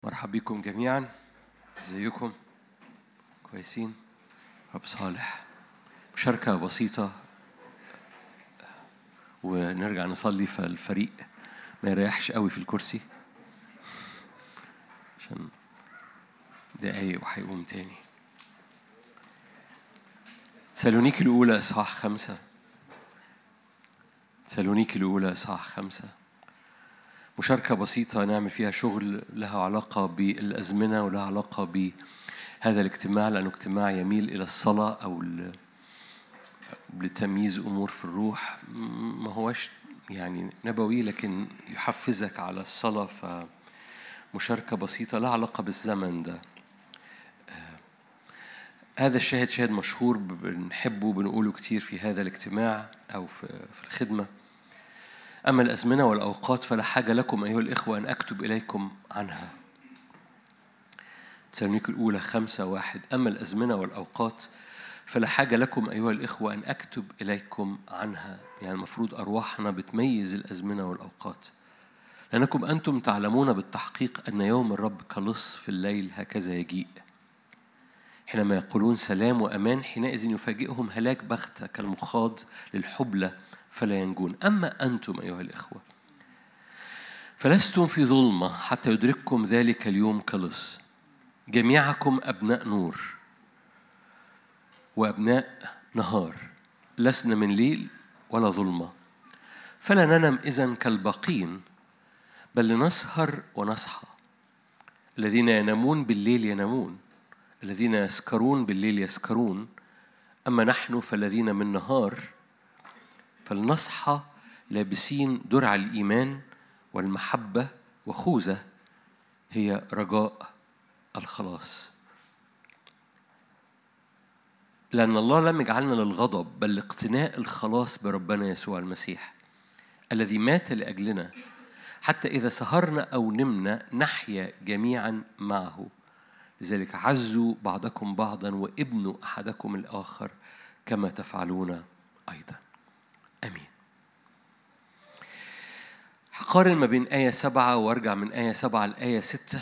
مرحبا بكم جميعا. ازيكم؟ كويسين؟ رب صالح. مشاركة بسيطة ونرجع نصلي، فالفريق ما يريحش قوي في الكرسي عشان دقايق وهيقوم تاني. تسالونيكي الأولى إصحاح 5. تسالونيكي الأولى إصحاح 5. مشاركة بسيطة نعمل فيها شغل لها علاقة بالأزمنة ولها علاقة بهذا الاجتماع، لأنه اجتماع يميل إلى الصلاة أو لتمييز أمور في الروح. ما هوش يعني نبوي، لكن يحفزك على الصلاة. فمشاركة بسيطة لها علاقة بالزمن ده. هذا الشاهد شاهد مشهور بنحبه بنقوله كتير في هذا الاجتماع أو في الخدمة. أما الأزمنة والأوقات فلا حاجة لكم أيها الإخوة أن أكتب إليكم عنها. تسالونيكي الأولى 5:1. أما الأزمنة والأوقات فلا حاجة لكم أيها الإخوة أن أكتب إليكم عنها. يعني المفروض أرواحنا بتميز الأزمنة والأوقات، لأنكم أنتم تعلمون بالتحقيق أن يوم الرب كلص في الليل هكذا يجيء. حينما يقولون سلام وأمان، حينئذ يفاجئهم هلاك بغتة كالمخاض للحبلة فلا ينجون. أما أنتم أيها الإخوة فلستم في ظلمة حتى يدرككم ذلك اليوم كلص. جميعكم أبناء نور وأبناء نهار، لسنا من ليل ولا ظلمة. فلا ننم إذن كالباقين، بل لنسهر ونصحى. الذين ينامون بالليل ينامون، الذين يسكرون بالليل يسكرون. أما نحن فالذين من نهار فلنصحى لابسين درع الإيمان والمحبة وخوذة هي رجاء الخلاص. لأن الله لم يجعلنا للغضب بل لاقتناء الخلاص بربنا يسوع المسيح الذي مات لأجلنا، حتى إذا سهرنا أو نمنا نحيا جميعا معه. لذلك عزوا بعضكم بعضا وابنوا أحدكم الآخر كما تفعلون أيضا. أمين. هقارن ما بين آية 7 وارجع من آية 7 لآية 6.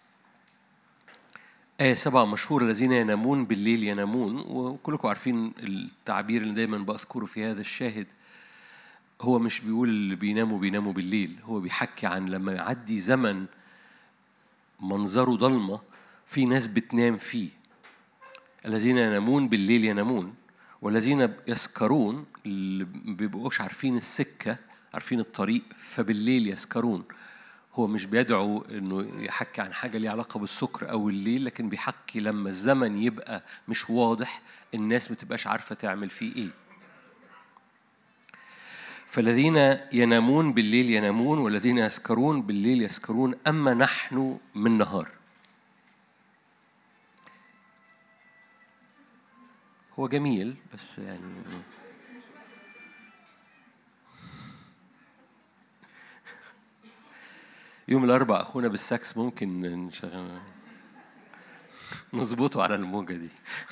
آية 7 مشهور، الذين ينامون بالليل ينامون، وكلكم عارفين التعبير اللي دايما بذكره في هذا الشاهد. هو مش بيقول اللي بيناموا بالليل، هو بيحكي عن لما يعدي زمن منظره ضلمة في ناس بتنام فيه. الذين ينامون بالليل ينامون، والذين يسكرون اللي بيبقوش عارفين السكة عارفين الطريق فبالليل يسكرون. هو مش بيدعو انه يحكي عن حاجة ليها علاقة بالسكر او الليل، لكن بيحكي لما الزمن يبقى مش واضح الناس متبقاش عارفة تعمل فيه ايه. فالذين ينامون بالليل ينامون والذين يسكرون بالليل يسكرون. أما نحن من نهار. هو جميل بس يعني يوم الأربعاء أخونا بالساكس ممكن نظبطه على الموجة دي.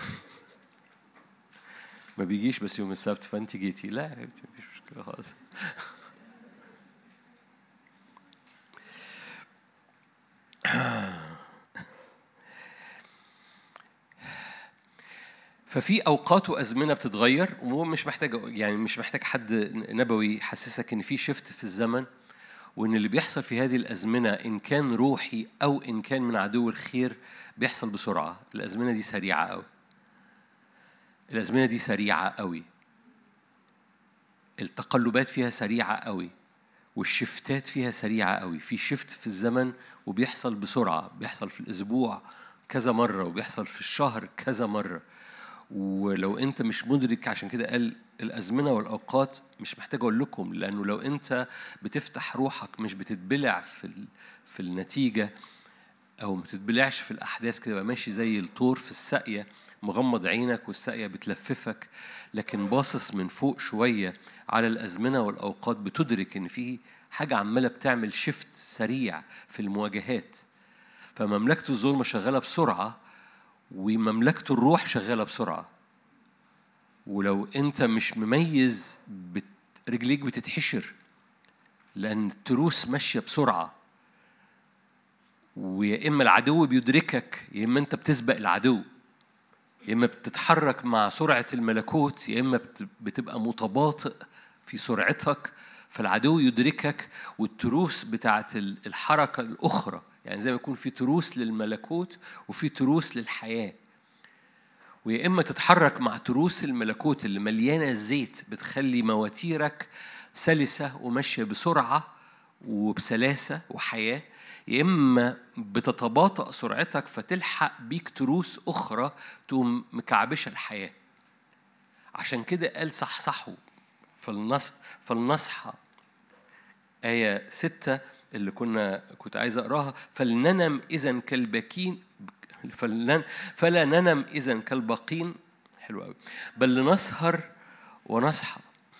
ما بيجيش بس يوم السبت فأنت جيتي. لا مفيش مشكلة خالص. ففي أوقات وأزمنة بتتغير، ومش محتاج حد نبوي يحسسك إن في شفت في الزمن، وإن اللي بيحصل في هذه الأزمنة إن كان روحي أو إن كان من عدو الخير بيحصل بسرعة. الأزمنة دي سريعة أوي. الأزمنة دي سريعة أوي. التقلبات فيها سريعة أوي، والشفتات فيها سريعة أوي. في شفت في الزمن وبيحصل بسرعة، بيحصل في الأسبوع كذا مرة وبيحصل في الشهر كذا مرة. ولو أنت مش مدرك، عشان كده قال الأزمنة والأوقات مش محتاج أقول لكم، لأنه لو أنت بتفتح روحك مش بتتبلع في النتيجة أو ما بتتبلعش في الأحداث كده، بقى ماشي زي الطور في الساقية مغمض عينك والساقية بتلففك، لكن باصص من فوق شوية على الأزمنة والأوقات بتدرك إن في حاجة عمالة بتعمل شفت سريع في المواجهات. فمملكة الظلمة شغالة بسرعة ومملكة الروح شغالة بسرعة. ولو أنت مش مميز رجليك بتتحشر، لأن التروس ماشية بسرعة. ويا إما العدو بيدركك، يا إما أنت بتسبق العدو، يا إما بتتحرك مع سرعة الملكوت، يا إما بتبقى متباطئ في سرعتك فالعدو يدركك. والتروس بتاعت الحركة الأخرى، يعني زي ما يكون في تروس للملكوت وفي تروس للحياة. ويا إما تتحرك مع تروس الملكوت اللي مليانة زيت بتخلي مواتيرك سلسة وماشية بسرعة وبسلاسة وحياة، يا إما بتتباطأ سرعتك فتلحق بيك تروس أخرى تقوم مكعبشة الحياة. عشان كده قال صحصحوا فلنصحى. آية 6 اللي كنت عايز أقراها، فلننم إذن كالباكين فلا ننم إذن كالباقين، حلو قوي، بل لنسهر ونصحى.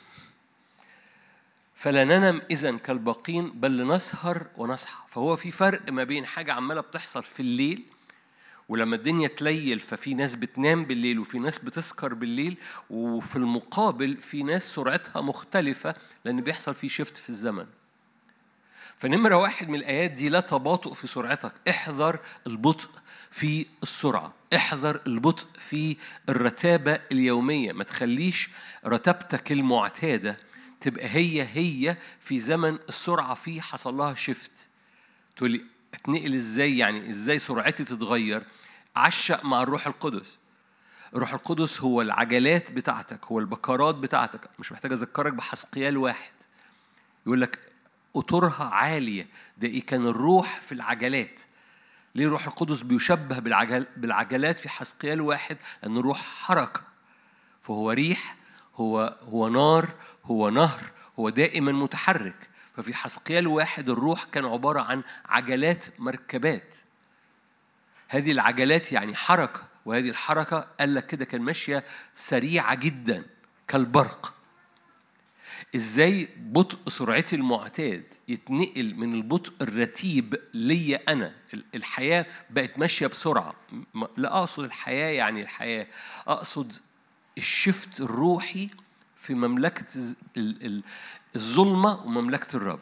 فلا ننم إذن كالباقين بل لنسهر ونصحى. فهو في فرق ما بين حاجة عمالة بتحصل في الليل، ولما الدنيا تليل ففي ناس بتنام بالليل وفي ناس بتسكر بالليل، وفي المقابل في ناس سرعتها مختلفة لأن بيحصل في شفت في الزمن. فنمرة واحد من الآيات دي لا تباطؤ في سرعتك. احذر البطء في السرعة، احذر البطء في الرتابة اليومية. ما تخليش رتابتك المعتادة تبقى هي في زمن السرعة فيه حصل لها شفت. تقولي اتنقل ازاي؟ يعني ازاي سرعتي تتغير؟ عشق مع الروح القدس. الروح القدس هو العجلات بتاعتك، هو البكرات بتاعتك. مش محتاج أذكرك بحسقيال 1 يقول لك قطرها عالية. ده إيه؟ كان الروح في العجلات. ليه الروح القدس بيشبه بالعجلات في حسقيال 1؟ لأن الروح حركة، فهو ريح، هو نار، هو نهر، هو دائما متحرك. ففي حسقيال 1 الروح كان عبارة عن عجلات مركبات. هذه العجلات يعني حركة، وهذه الحركة قال لك كده كان ماشية سريعة جدا كالبرق. إزاي بطء سرعتي المعتاد يتنقل من البطء الرتيب لي أنا؟ الحياة بقت ماشية بسرعة. لا أقصد الحياة يعني الحياة، أقصد الشفت الروحي في مملكة الظلمة ومملكة الرب.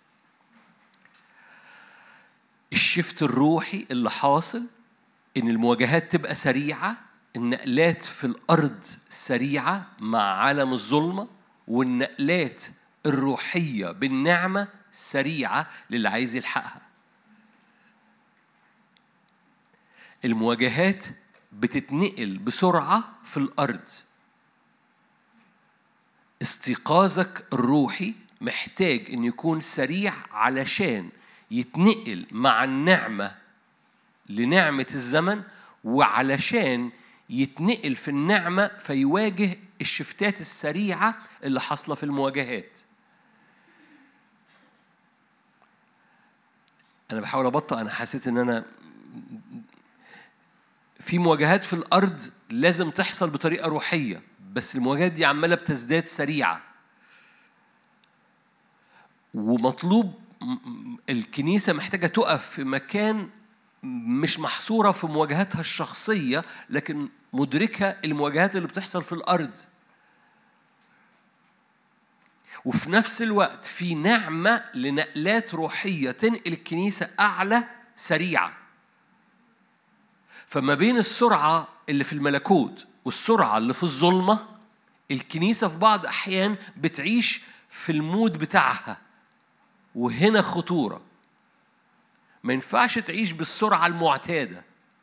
الشفت الروحي اللي حاصل إن المواجهات تبقى سريعة، النقلات في الأرض سريعة مع عالم الظلمة، والنقلات الروحية بالنعمة سريعة للي عايز يلحقها. المواجهات بتتنقل بسرعة في الأرض. استيقاظك الروحي محتاج أن يكون سريع علشان يتنقل مع النعمة لنعمة الزمن، وعلشان يتنقل في النعمة فيواجه الشفتات السريعة اللي حصلة في المواجهات. أنا بحاول أبطأ، أنا حسيت أن أنا في مواجهات في الأرض لازم تحصل بطريقة روحية، بس المواجهات دي عمالة بتزداد سريعة، ومطلوب الكنيسة محتاجة تقف في مكان مش محصورة في مواجهاتها الشخصية، لكن مدركة المواجهات اللي بتحصل في الأرض. وفي نفس الوقت في نعمة لنقلات روحية تنقل الكنيسة أعلى سريعة. فما بين السرعة اللي في الملكوت والسرعة اللي في الظلمة، الكنيسة في بعض أحيان بتعيش في المود بتاعها، وهنا خطورة. ما ينفعش تعيش بالسرعة المعتادة.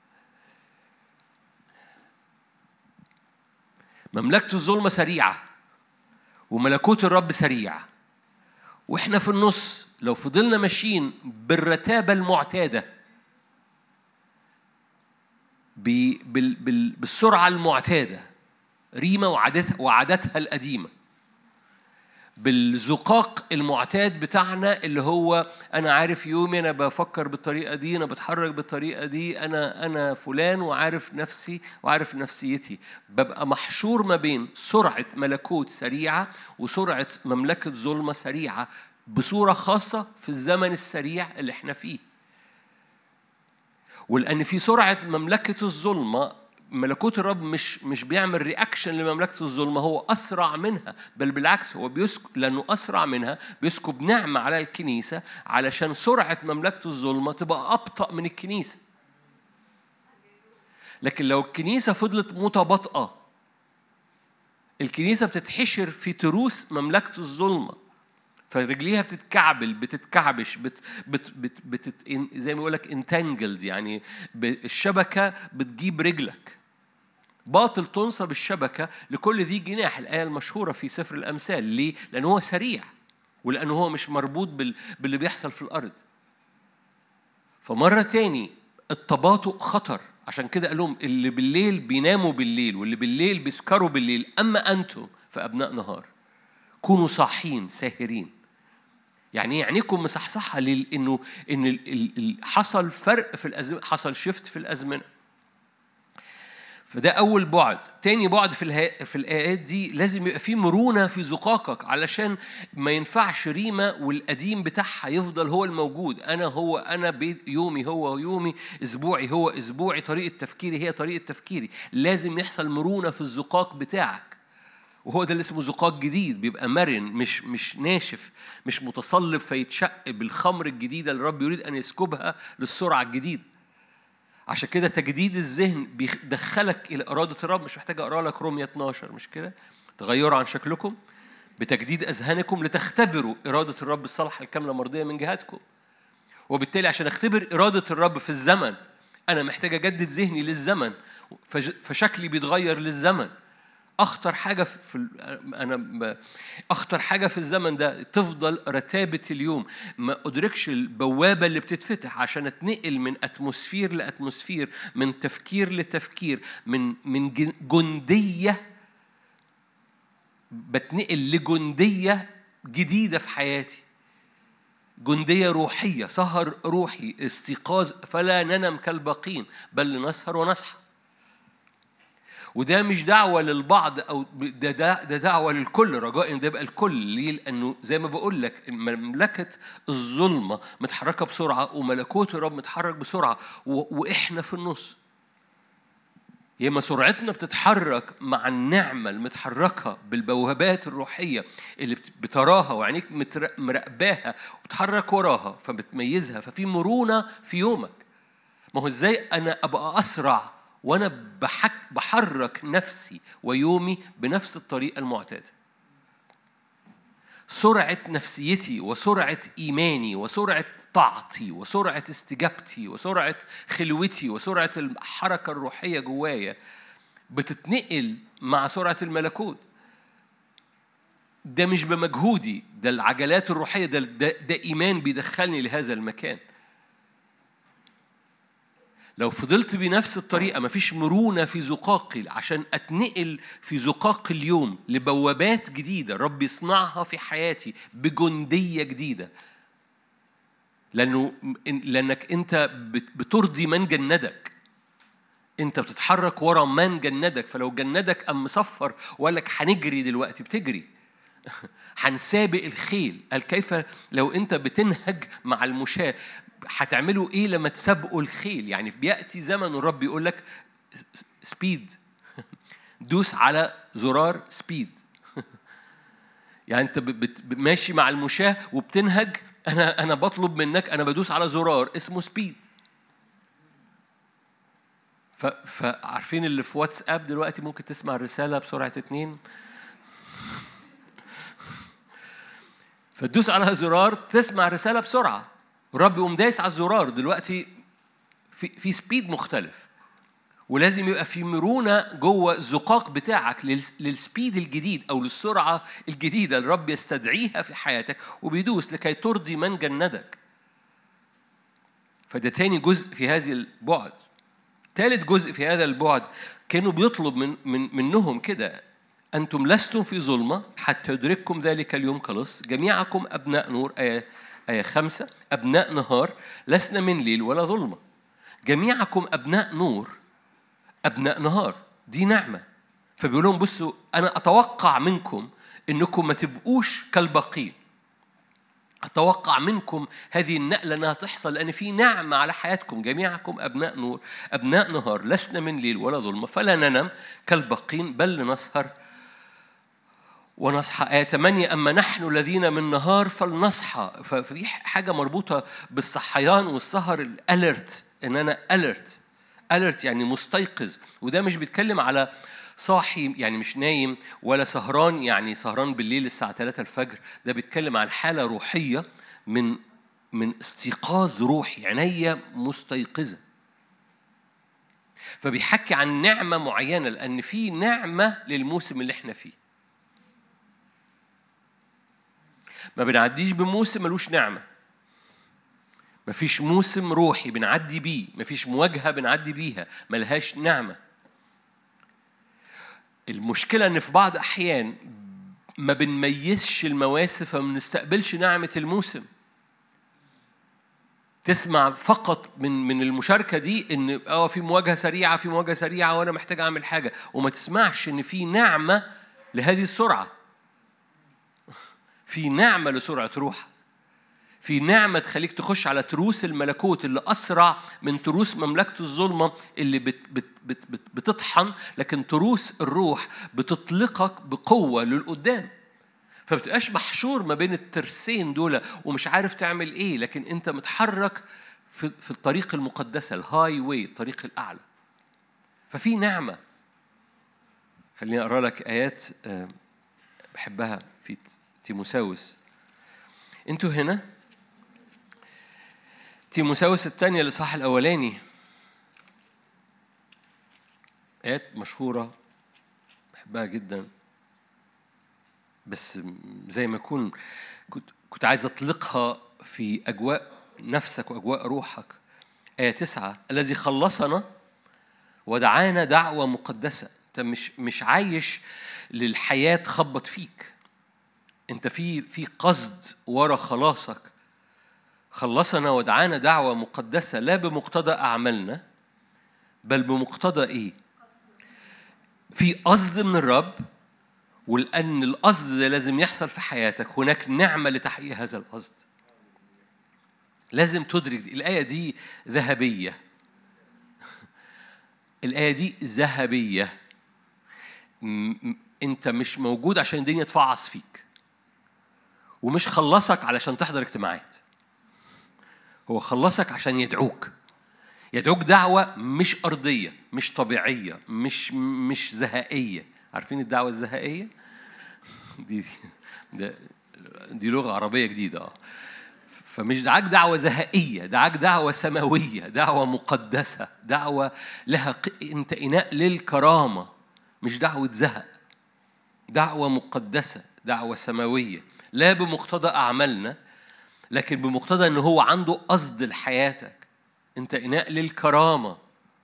مملكة الظلمة سريعة وملكوت الرب سريع، وإحنا في النص لو فضلنا ماشيين بالرتابة المعتادة بالسرعة المعتادة، ريمة وعادتها القديمة، بالزقاق المعتاد بتاعنا اللي هو أنا عارف يومي، أنا بفكر بالطريقة دي، أنا بتحرك بالطريقة دي، أنا فلان وعارف نفسي وعارف نفسيتي، ببقى محشور ما بين سرعة ملكوت سريعة وسرعة مملكة ظلمة سريعة، بصورة خاصة في الزمن السريع اللي احنا فيه. ولأن في سرعة مملكة الظلمة ملكوت الرب مش بيعمل رياكشن لمملكة الظلمة، هو أسرع منها، بل بالعكس هو لأنه أسرع منها بيسكب نعمة على الكنيسة علشان سرعة مملكة الظلمة تبقى أبطأ من الكنيسة. لكن لو الكنيسة فضلت متباطئة، الكنيسة بتتحشر في تروس مملكة الظلمة، فرجليها بتتكعبش زي ما يقولك انتانجلد، يعني الشبكة بتجيب رجلك. باطل تنصب الشبكة لكل ذي جناح، الآية المشهورة في سفر الأمثال. ليه؟ لأنه هو سريع، ولأنه هو مش مربوط باللي بيحصل في الأرض. فمرة تاني التباطؤ خطر، عشان كده قال لهم اللي بالليل بيناموا بالليل واللي بالليل بيسكروا بالليل، أما أنتم فأبناء نهار كونوا صاحين ساهرين. يعني ايه؟ عينيكم مصحصحة إنه حصل فرق في الأزمنة، حصل شفت في الأزمنة. فده أول بعد. تاني بعد في الآيات دي، لازم يبقى في مرونة في زقاقك، علشان ما ينفعش ريمة والقديم بتاعها يفضل هو الموجود. أنا يومي هو يومي، أسبوعي هو أسبوعي، طريقة تفكيري هي طريقة تفكيري. لازم يحصل مرونة في الزقاق بتاعك، وهو ده اللي اسمه زقاق جديد، بيبقى مرن، مش ناشف، مش متصلب فيتشق بالخمر الجديدة اللي الرب يريد أن يسكبها للسرعة الجديدة. عشان كده تجديد الذهن بيدخلك إلى إرادة الرب. مش محتاج أقرأ لك رومية 12، مش كده؟ تغيروا عن شكلكم بتجديد أذهانكم لتختبروا إرادة الرب الصالحة الكاملة المرضية من جهتكم. وبالتالي عشان أختبر إرادة الرب في الزمن، أنا محتاج أجدد ذهني للزمن، فشكلي بيتغير للزمن. أخطر حاجة في الزمن ده تفضل رتابة اليوم. ما أدركش البوابة اللي بتتفتح عشان أتنقل من أتموسفير لأتموسفير، من تفكير لتفكير، من جندية بتنقل لجندية جديدة في حياتي، جندية روحية، سهر روحي، استيقاظ فلا ننم كالباقين بل نسهر ونصحى. وده مش دعوة للبعض، أو ده دعوة للكل، رجاء إن ده يبقى الكل. ليه؟ لأنه زي ما بقول لك مملكة الظلمة متحركة بسرعة وملكوت الرب متحرك بسرعة، وإحنا في النص. يا إما سرعتنا بتتحرك مع النعمة المتحركة بالبوابات الروحية اللي بتراها وعينيك مراقباها وبتحرك وراها فبتميزها، ففي مرونة في يومك. ما هو إزاي أنا أبقى أسرع وأنا بحرك نفسي ويومي بنفس الطريقة المعتادة؟ سرعة نفسيتي وسرعة إيماني وسرعة طاعتي وسرعة استجابتي وسرعة خلوتي وسرعة الحركة الروحية جوايا بتتنقل مع سرعة الملكوت. ده مش بمجهودي، ده العجلات الروحية، ده إيمان بيدخلني لهذا المكان. لو فضلت بنفس الطريقة مفيش مرونة في زقاقي عشان أتنقل في زقاق اليوم لبوابات جديدة رب يصنعها في حياتي بجندية جديدة. لأنك أنت بترضي من جندك، أنت بتتحرك ورا من جندك. فلو جندك أم مصفر وقال لك هنجري دلوقتي، بتجري. هنسابق الخيل. قال كيف لو أنت بتنهج مع المشاة هتعملوا إيه لما تسابقوا الخيل؟ يعني بيأتي زمن الرب يقول لك سبيد، دوس على زرار سبيد. يعني أنت ماشي مع المشاة وبتنهج، أنا بطلب منك، أنا بدوس على زرار اسمه سبيد. فعارفين اللي في واتساب دلوقتي ممكن تسمع الرسالة بسرعة 2، فتدوس على زرار تسمع رسالة بسرعة. الرب يقوم دايس على الزرار دلوقتي في سبيد مختلف. ولازم يبقى في مرونة جوه الزقاق بتاعك للسبيد الجديد أو للسرعة الجديدة الرب يستدعيها في حياتك، وبيدوس لكي ترضي من جندك. فده تاني جزء في هذه البعد. ثالث جزء في هذا البعد كانوا بيطلب منهم كده: أنتم لستم في ظلمة حتى يدرككم ذلك اليوم كلص، جميعكم أبناء نور. آية 5: أبناء نهار لسنا من ليل ولا ظلمة. جميعكم أبناء نور أبناء نهار، دي نعمة. فبيقول لهم بصوا، أنا أتوقع منكم إنكم ما تبقوش كالباقين. أتوقع منكم هذه النقلة أنها تحصل، لأن في نعمة على حياتكم. جميعكم أبناء نور أبناء نهار، لسنا من ليل ولا ظلمة، فلا ننم كالباقين بل لنسهر ونصحى. آية 8: أما نحن الذين من نهار فلنصحى. ففي حاجة مربوطة بالصحيان والسهر، الأليرت، إن أنا أليرت يعني مستيقظ. وده مش بيتكلم على صاحي يعني مش نايم، ولا سهران يعني سهران بالليل الساعة 3 الفجر. ده بيتكلم عن حالة روحية من استيقاظ روحي، عينيا مستيقظة. فبيحكي عن نعمة معينة، لأن في نعمة للموسم اللي احنا فيه. ما بنعديش بموسم ملوش نعمة. مفيش موسم روحي بنعدي بيه، مفيش مواجهة بنعدي بيها ملهاش نعمة. المشكلة إن في بعض أحيان ما بنميزش المواسم، فما بنستقبلش نعمة الموسم. تسمع فقط من المشاركة دي إن في مواجهة سريعة وأنا محتاج أعمل حاجة، وما تسمعش إن في نعمة لهذه السرعة. في نعمة لسرعة روح، في نعمة تخليك تخش على تروس الملكوت اللي أسرع من تروس مملكة الظلمة اللي بتطحن، لكن تروس الروح بتطلقك بقوة للقدام. فبتبقاش محشور ما بين الترسين دول ومش عارف تعمل إيه، لكن أنت متحرك في الطريق المقدسة، الهاي واي، الطريق الأعلى. ففي نعمة. خليني أقرأ لك آيات بحبها في تيموثاوس. أنتوا هنا تيموثاوس الثانية الإصحاح الأولاني، آيات مشهورة بحبها جدا، بس زي ما كنت عايز أطلقها في أجواء نفسك وأجواء روحك. آية 9: الذي خلصنا ودعانا دعوة مقدسة. أنت مش عايش للحياة تخبط فيك، أنت في قصد ورا خلاصك. خلصنا ودعانا دعوة مقدسة لا بمقتضى أعمالنا بل بمقتضى إيه؟ في قصد من الرب، ولأن القصد ده لازم يحصل في حياتك هناك نعمة لتحقيق هذا القصد. لازم تدرك دي. الآية دي ذهبية. الآية دي ذهبية. أنت مش موجود عشان الدنيا تفعص فيك، ومش خلصك علشان تحضر اجتماعات. هو خلصك عشان يدعوك دعوة مش أرضية، مش طبيعية، مش زهائية. عارفين الدعوة الزهائية؟ دي لغة عربية جديدة. فمش دعاك دعوة زهائية، دعاك دعوة سماوية، دعوة مقدسة، دعوة لها أنت إناء للكرامة، مش دعوة زهق. دعوة مقدسة، دعوة سماوية، لا بمقتضى أعمالنا لكن بمقتضى أنه هو عنده قصد لحياتك. أنت إناء للكرامة،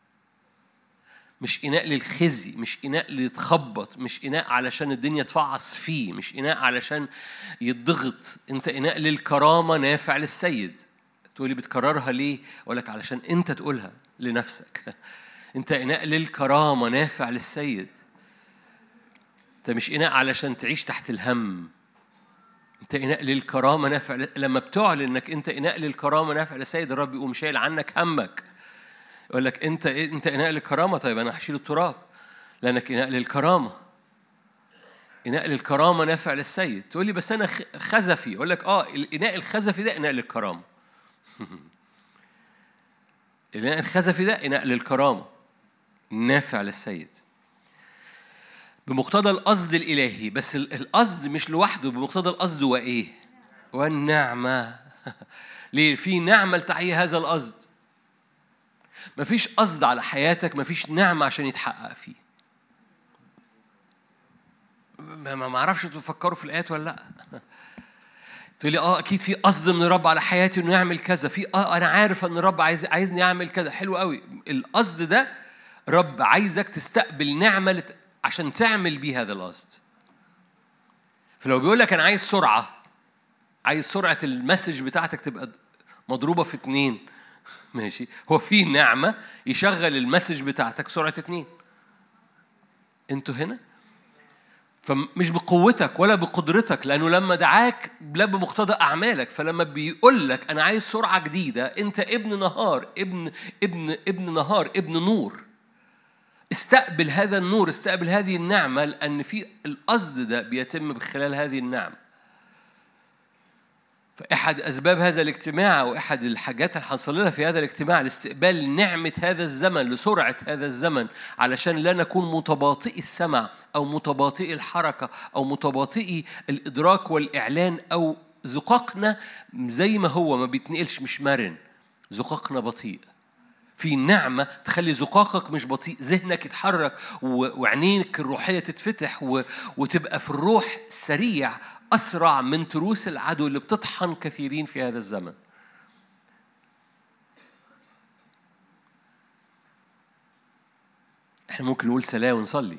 مش إناء للخزي، مش إناء ليتخبط، مش إناء علشان الدنيا تفعص فيه، مش إناء علشان يتضغط. أنت إناء للكرامة نافع للسيد. تقولي بتكررها ليه؟ أقولك علشان أنت تقولها لنفسك. أنت إناء للكرامة نافع للسيد. أنت مش إناء علشان تعيش تحت الهم. أنت إناء للكرامة نافع. لما بتعلن إنك أنت إناء للكرامة نافع للسيد، الرب يقوم شايل عنك همك. يقول لك أنت إناء للكرامة. طيب أنا هشيل التراب لأنك إناء للكرامة. إناء للكرامة نافع للسيد. تقول لي بس أنا خزفي. أقول لك الإناء الخزفي ده إناء للكرامة. الإناء الخزفي ده إناء للكرامة نافع للسيد بمقتضى القصد الإلهي. بس القصد مش لوحده، بمقتضى القصد وإيه؟ والنعمة. ليه؟ في نعمة لتحقيق هذا القصد. مفيش قصد على حياتك مفيش نعمة عشان يتحقق فيه. ما أعرفش تفكروا في الآيات ولا لأ. تقول لي أكيد في قصد من الرب على حياتي إنه يعمل كذا. أنا عارف إن الرب عايزني أعمل كذا. حلو قوي. القصد ده رب عايزك تستقبل نعمة عشان تعمل بيه هذا القصد. فلو بيقول لك أنا عايز سرعة المسج بتاعتك تبقى مضروبة في 2، ماشي، هو في نعمة يشغل المسج بتاعتك سرعة 2. انتوا هنا فمش بقوتك ولا بقدرتك، لأنه لما دعاك لا بمقتضى أعمالك. فلما بيقول لك أنا عايز سرعة جديدة، أنت ابن نهار، ابن نهار، ابن نور. استقبل هذا النور، استقبل هذه النعمة، لأن في القصد ده بيتم من خلال هذه النعمة. فأحد أسباب هذا الاجتماع وأحد الحاجات اللي حصل لنا في هذا الاجتماع لاستقبال نعمة هذا الزمن، لسرعة هذا الزمن، علشان لا نكون متباطئي السمع أو متباطئي الحركة أو متباطئي الإدراك والإعلان، أو زقاقنا زي ما هو ما بيتنقلش، مش مرن، زقاقنا بطيء. في نعمة تخلي زقاقك مش بطيء، ذهنك يتحرك وعينيك الروحية تتفتح وتبقى في الروح سريع، أسرع من تروس العدو اللي بتطحن كثيرين في هذا الزمن. احنا ممكن نقول سلام ونصلي،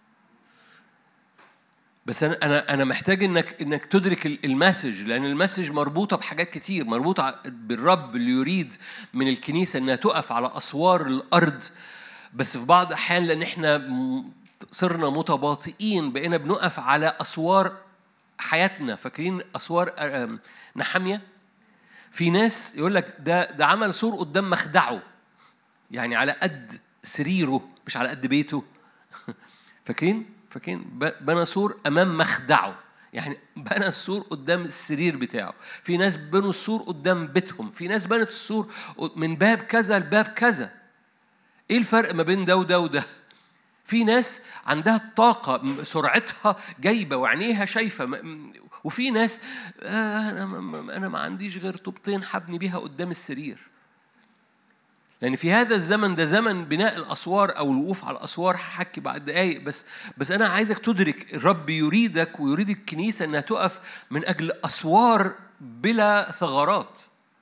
بس أنا محتاج إنك تدرك المسج، لأن المسج مربوطة بحاجات كتير، مربوطة بالرب اللي يريد من الكنيسة إنها تقف على أسوار الأرض. بس في بعض الأحيان لأن إحنا صرنا متباطئين بقينا بنقف على أسوار حياتنا. فاكرين أسوار نحمية؟ في ناس يقول لك ده عمل سور قدام مخدعه، يعني على قد سريره مش على قد بيته. فاكرين بنى سور أمام مخدعه، يعني بنى السور قدام السرير بتاعه. في ناس بنوا السور قدام بيتهم، في ناس بنت السور من باب كذا لباب كذا. إيه الفرق ما بين ده وده وده؟ في ناس عندها الطاقة سرعتها جايبة وعينيها شايفة، وفي ناس أنا ما عنديش غير طوبتين حبني بيها قدام السرير. لأن في هذا الزمن ده زمن بناء الأسوار أو الوقوف على الأسوار. هحكي بعد دقايق، بس أنا عايزك تدرك الرب يريدك ويريد الكنيسة أنها تقف من أجل أسوار بلا ثغرات،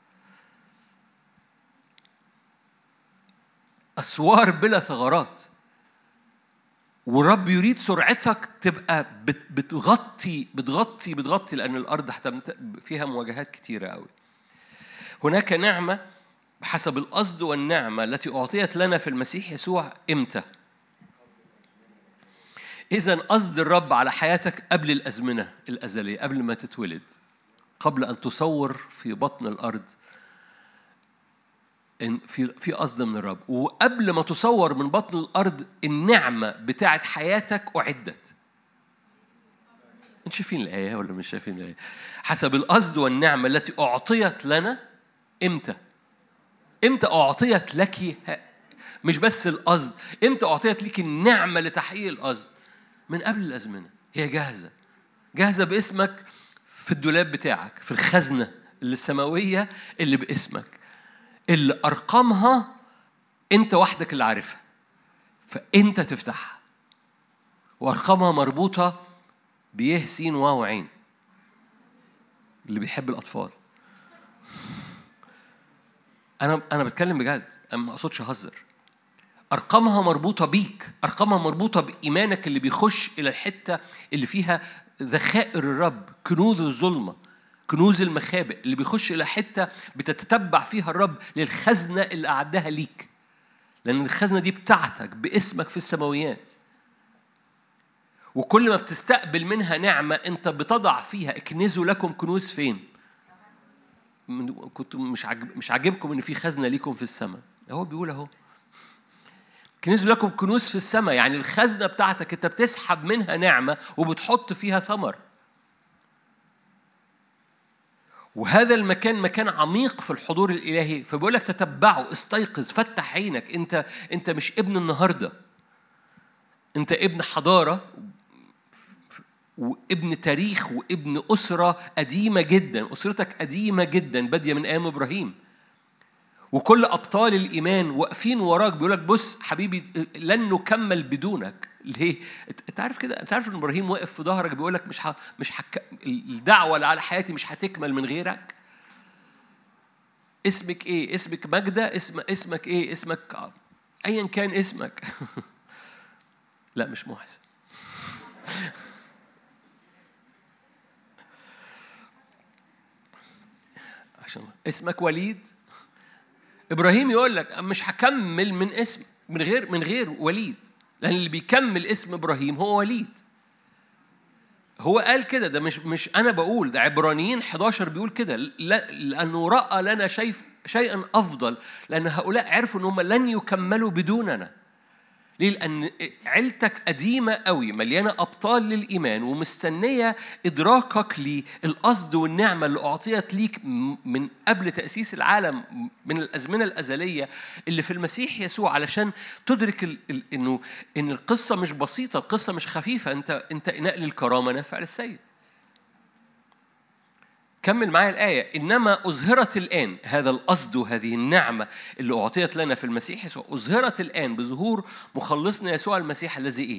أسوار بلا ثغرات. والرب يريد سرعتك تبقى بتغطي، لأن الأرض فيها مواجهات كتيرة قوي. هناك نعمة بحسب القصد والنعمة التي أعطيت لنا في المسيح يسوع. إمتى؟ إذن قصد الرب على حياتك قبل الأزمنة الأزلية، قبل ما تتولد، قبل أن تصور في بطن الأرض، في قصد من الرب. وقبل ما تصور من بطن الأرض النعمة بتاعت حياتك أعدت. أنت شايفين الآية ولا مش شايفين الآية؟ حسب القصد والنعمة التي أعطيت لنا. إمتى أعطيت لك؟ مش بس القصد، إمتى أعطيت لك النعمة لتحقيق القصد؟ من قبل الأزمنة. هي جاهزة باسمك في الدولاب بتاعك، في الخزنة السماوية اللي باسمك، اللي أرقامها أنت وحدك اللي عارفها، فأنت تفتحها. وأرقامها مربوطة بيه سين واو عين، اللي بيحب الأطفال. أنا بتكلم بجد، أنا ما أقصدش أهزر. أرقامها مربوطة بيك، أرقامها مربوطة بإيمانك اللي بيخش إلى الحتة اللي فيها ذخائر الرب، كنوز الظلمة، كنوز المخابئ، اللي بيخش إلى حتة بتتتبع فيها الرب للخزنة اللي أعدها ليك، لأن الخزنة دي بتاعتك باسمك في السماويات. وكل ما بتستقبل منها نعمة أنت بتضع فيها. اكنزوا لكم كنوز فين؟ كنت مش عاجبكم إن في خزنة ليكم في السماء. هو بيقول أهو كنزوا لكم كنوز في السماء، يعني الخزنة بتاعتك أنت بتسحب منها نعمة وبتحط فيها ثمر. وهذا المكان مكان عميق في الحضور الإلهي. فبيقول لك تتبعه، استيقظ، فتح عينك. أنت مش ابن النهاردة، أنت ابن حضارة وابن تاريخ وابن أسرة قديمة جدا. أسرتك قديمة جدا بادية من أيام إبراهيم، وكل أبطال الإيمان واقفين وراك. بيقولك بص حبيبي لن نكمل بدونك. ليه؟ أنت عارف كده؟ أنت عارف إن إبراهيم واقف في ظهرك بيقولك الدعوة اللي على حياتي مش هتكمل من غيرك. اسمك إيه؟ اسمك مجدة؟ اسمك إيه؟ اسمك أيا كان اسمك. لا مش محسن. عشان اسمك وليد. إبراهيم يقول لك مش هكمل من اسم من غير وليد، لأن اللي بيكمل اسم إبراهيم هو وليد. هو قال كده، ده مش أنا بقول، ده عبرانيين 11 بيقول كده، لأنه رأى لنا شيئا أفضل، لأن هؤلاء عرفوا أنهم لن يكملوا بدوننا. ليه؟ لأن عيلتك قديمة قوي، مليانة أبطال للإيمان ومستنية إدراكك للقصد والنعمة اللي أعطيت ليك من قبل تأسيس العالم، من الأزمنة الأزلية اللي في المسيح يسوع، علشان تدرك إن القصة مش بسيطة، القصة مش خفيفة. أنت إناء للكرامة نافع للسيد. كمل معايا الآية. إنما أظهرت الآن، هذا القصد وهذه النعمة اللي أعطيت لنا في المسيح يسوع أظهرت الآن بظهور مخلصنا يسوع المسيح الذي إيه؟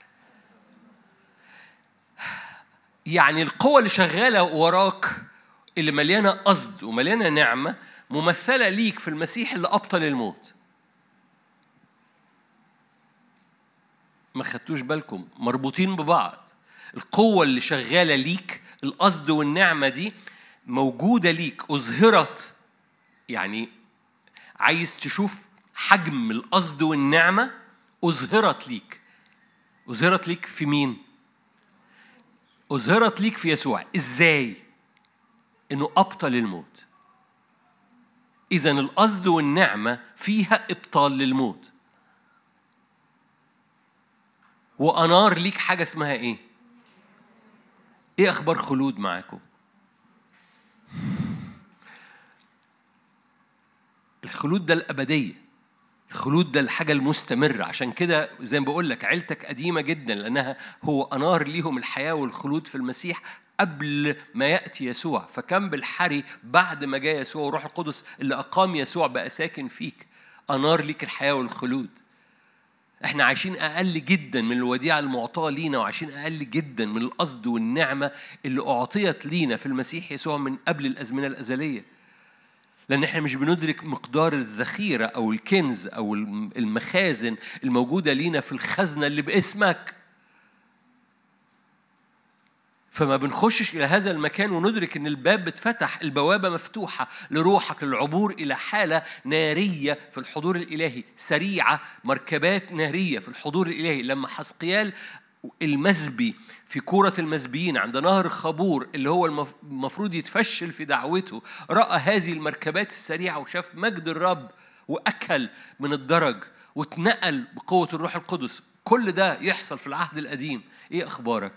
يعني القوة اللي شغالة وراك، اللي مليانة قصد ومليانة نعمة، ممثلة ليك في المسيح اللي أبطل الموت. ما خدتوش بالكم؟ مربوطين ببعض. القوة اللي شغالة ليك، القصد والنعمة دي موجودة ليك، أظهرت. يعني عايز تشوف حجم القصد والنعمة؟ أظهرت ليك. أظهرت ليك في مين؟ أظهرت ليك في يسوع. إزاي؟ إنه أبطل الموت. إذن القصد والنعمة فيها إبطال للموت. وأنار ليك حاجة اسمها إيه؟ إيه أخبار خلود معاكم؟ الخلود ده الأبدية، الخلود ده الحاجة المستمرة. عشان كده زي ما بقول لك عيلتك قديمة جدا، لأنها هو أنار ليهم الحياة والخلود في المسيح قبل ما يأتي يسوع. فكم بالحري بعد ما جاء يسوع وروح القدس اللي أقام يسوع بقى ساكن فيك، أنار ليك الحياة والخلود. احنا عايشين أقل جدا من الوديعة المعطاة لينا، وعايشين أقل جدا من القصد والنعمة اللي أعطيت لينا في المسيح يسوع من قبل الأزمنة الأزلية. لأن احنا مش بندرك مقدار الذخيرة أو الكنز أو المخازن الموجودة لينا في الخزنة اللي باسمك. فما بنخشش إلى هذا المكان وندرك إن الباب بتفتح، البوابة مفتوحة لروحك للعبور إلى حالة نارية في الحضور الإلهي، سريعة، مركبات نارية في الحضور الإلهي. لما حسقيال المسبي في كورة المسبيين عند نهر خابور اللي هو المفروض يتفشل في دعوته، رأى هذه المركبات السريعة وشاف مجد الرب وأكل من الدرج واتنقل بقوة الروح القدس. كل ده يحصل في العهد القديم. إيه أخبارك؟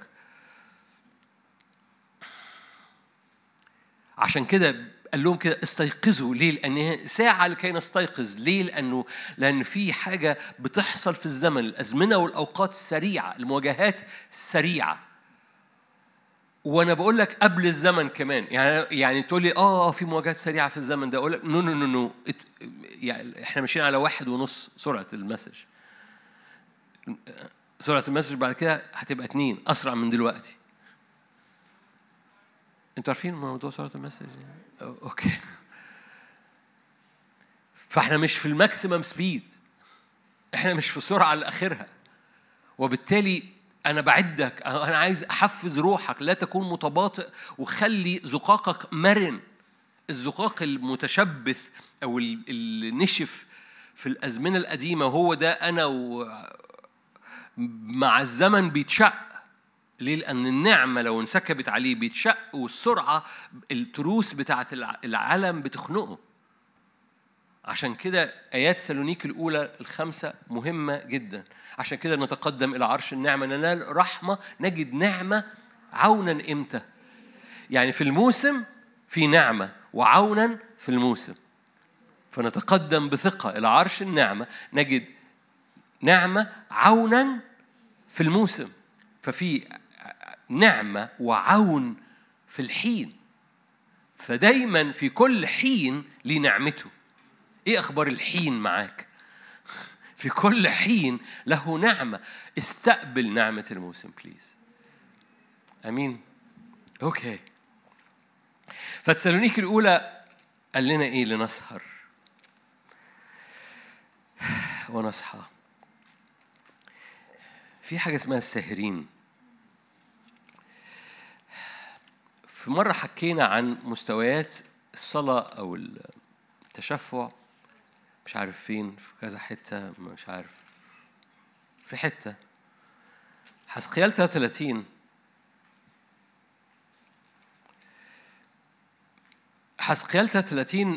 عشان كده قال لهم كده استيقظوا. ليه؟ لأن ساعة لكي نستيقظ. ليه؟ لأن في حاجة بتحصل في الزمن، الأزمنة والأوقات السريعة، المواجهات السريعة. وأنا بقول لك قبل الزمن كمان. يعني تقول لي في مواجهات سريعة في الزمن ده، أقول لك نو نو نو نو. يعني إحنا ماشيين على 1.5 سرعة المسج. سرعة المسج بعد كده هتبقى 2 أسرع من دلوقتي. انتوا عارفين موضوع سرعة المسج؟ اوكي. فاحنا مش في الماكسيمم سبيد، احنا مش في السرعة اللي اخرها. وبالتالي انا بعدك، انا عايز احفز روحك لا تكون متباطئ، وخلي زقاقك مرن. الزقاق المتشبث او النشف في الازمنة القديمة، وهو ده انا مع الزمن بيتشق. ليه؟ لأن النعمة لو انسكبت عليه بيتشق، والسرعة التروس بتاعة العالم بتخنقه. عشان كده آيات سالونيك الأولى 5 مهمة جدا. عشان كده نتقدم إلى عرش النعمة، ننال رحمة، نجد نعمة عونا. إمتى؟ يعني في الموسم في نعمة، وعونا في الموسم. فنتقدم بثقة إلى عرش النعمة، نجد نعمة عونا في الموسم. ففي نعمة وعون في الحين. فدايما في كل حين لنعمته. ايه اخبار الحين معاك؟ في كل حين له نعمة. استقبل نعمة الموسم بليز. امين. اوكي. فتسالونيك الاولى قال لنا ايه؟ لنسهر ونصحى. في حاجة اسمها الساهرين. في مرة حكينا عن مستويات الصلاة أو التشفع، مش عارف فين، في كذا حتة، مش عارف في حتة. حسقيال 33 حزقيال 33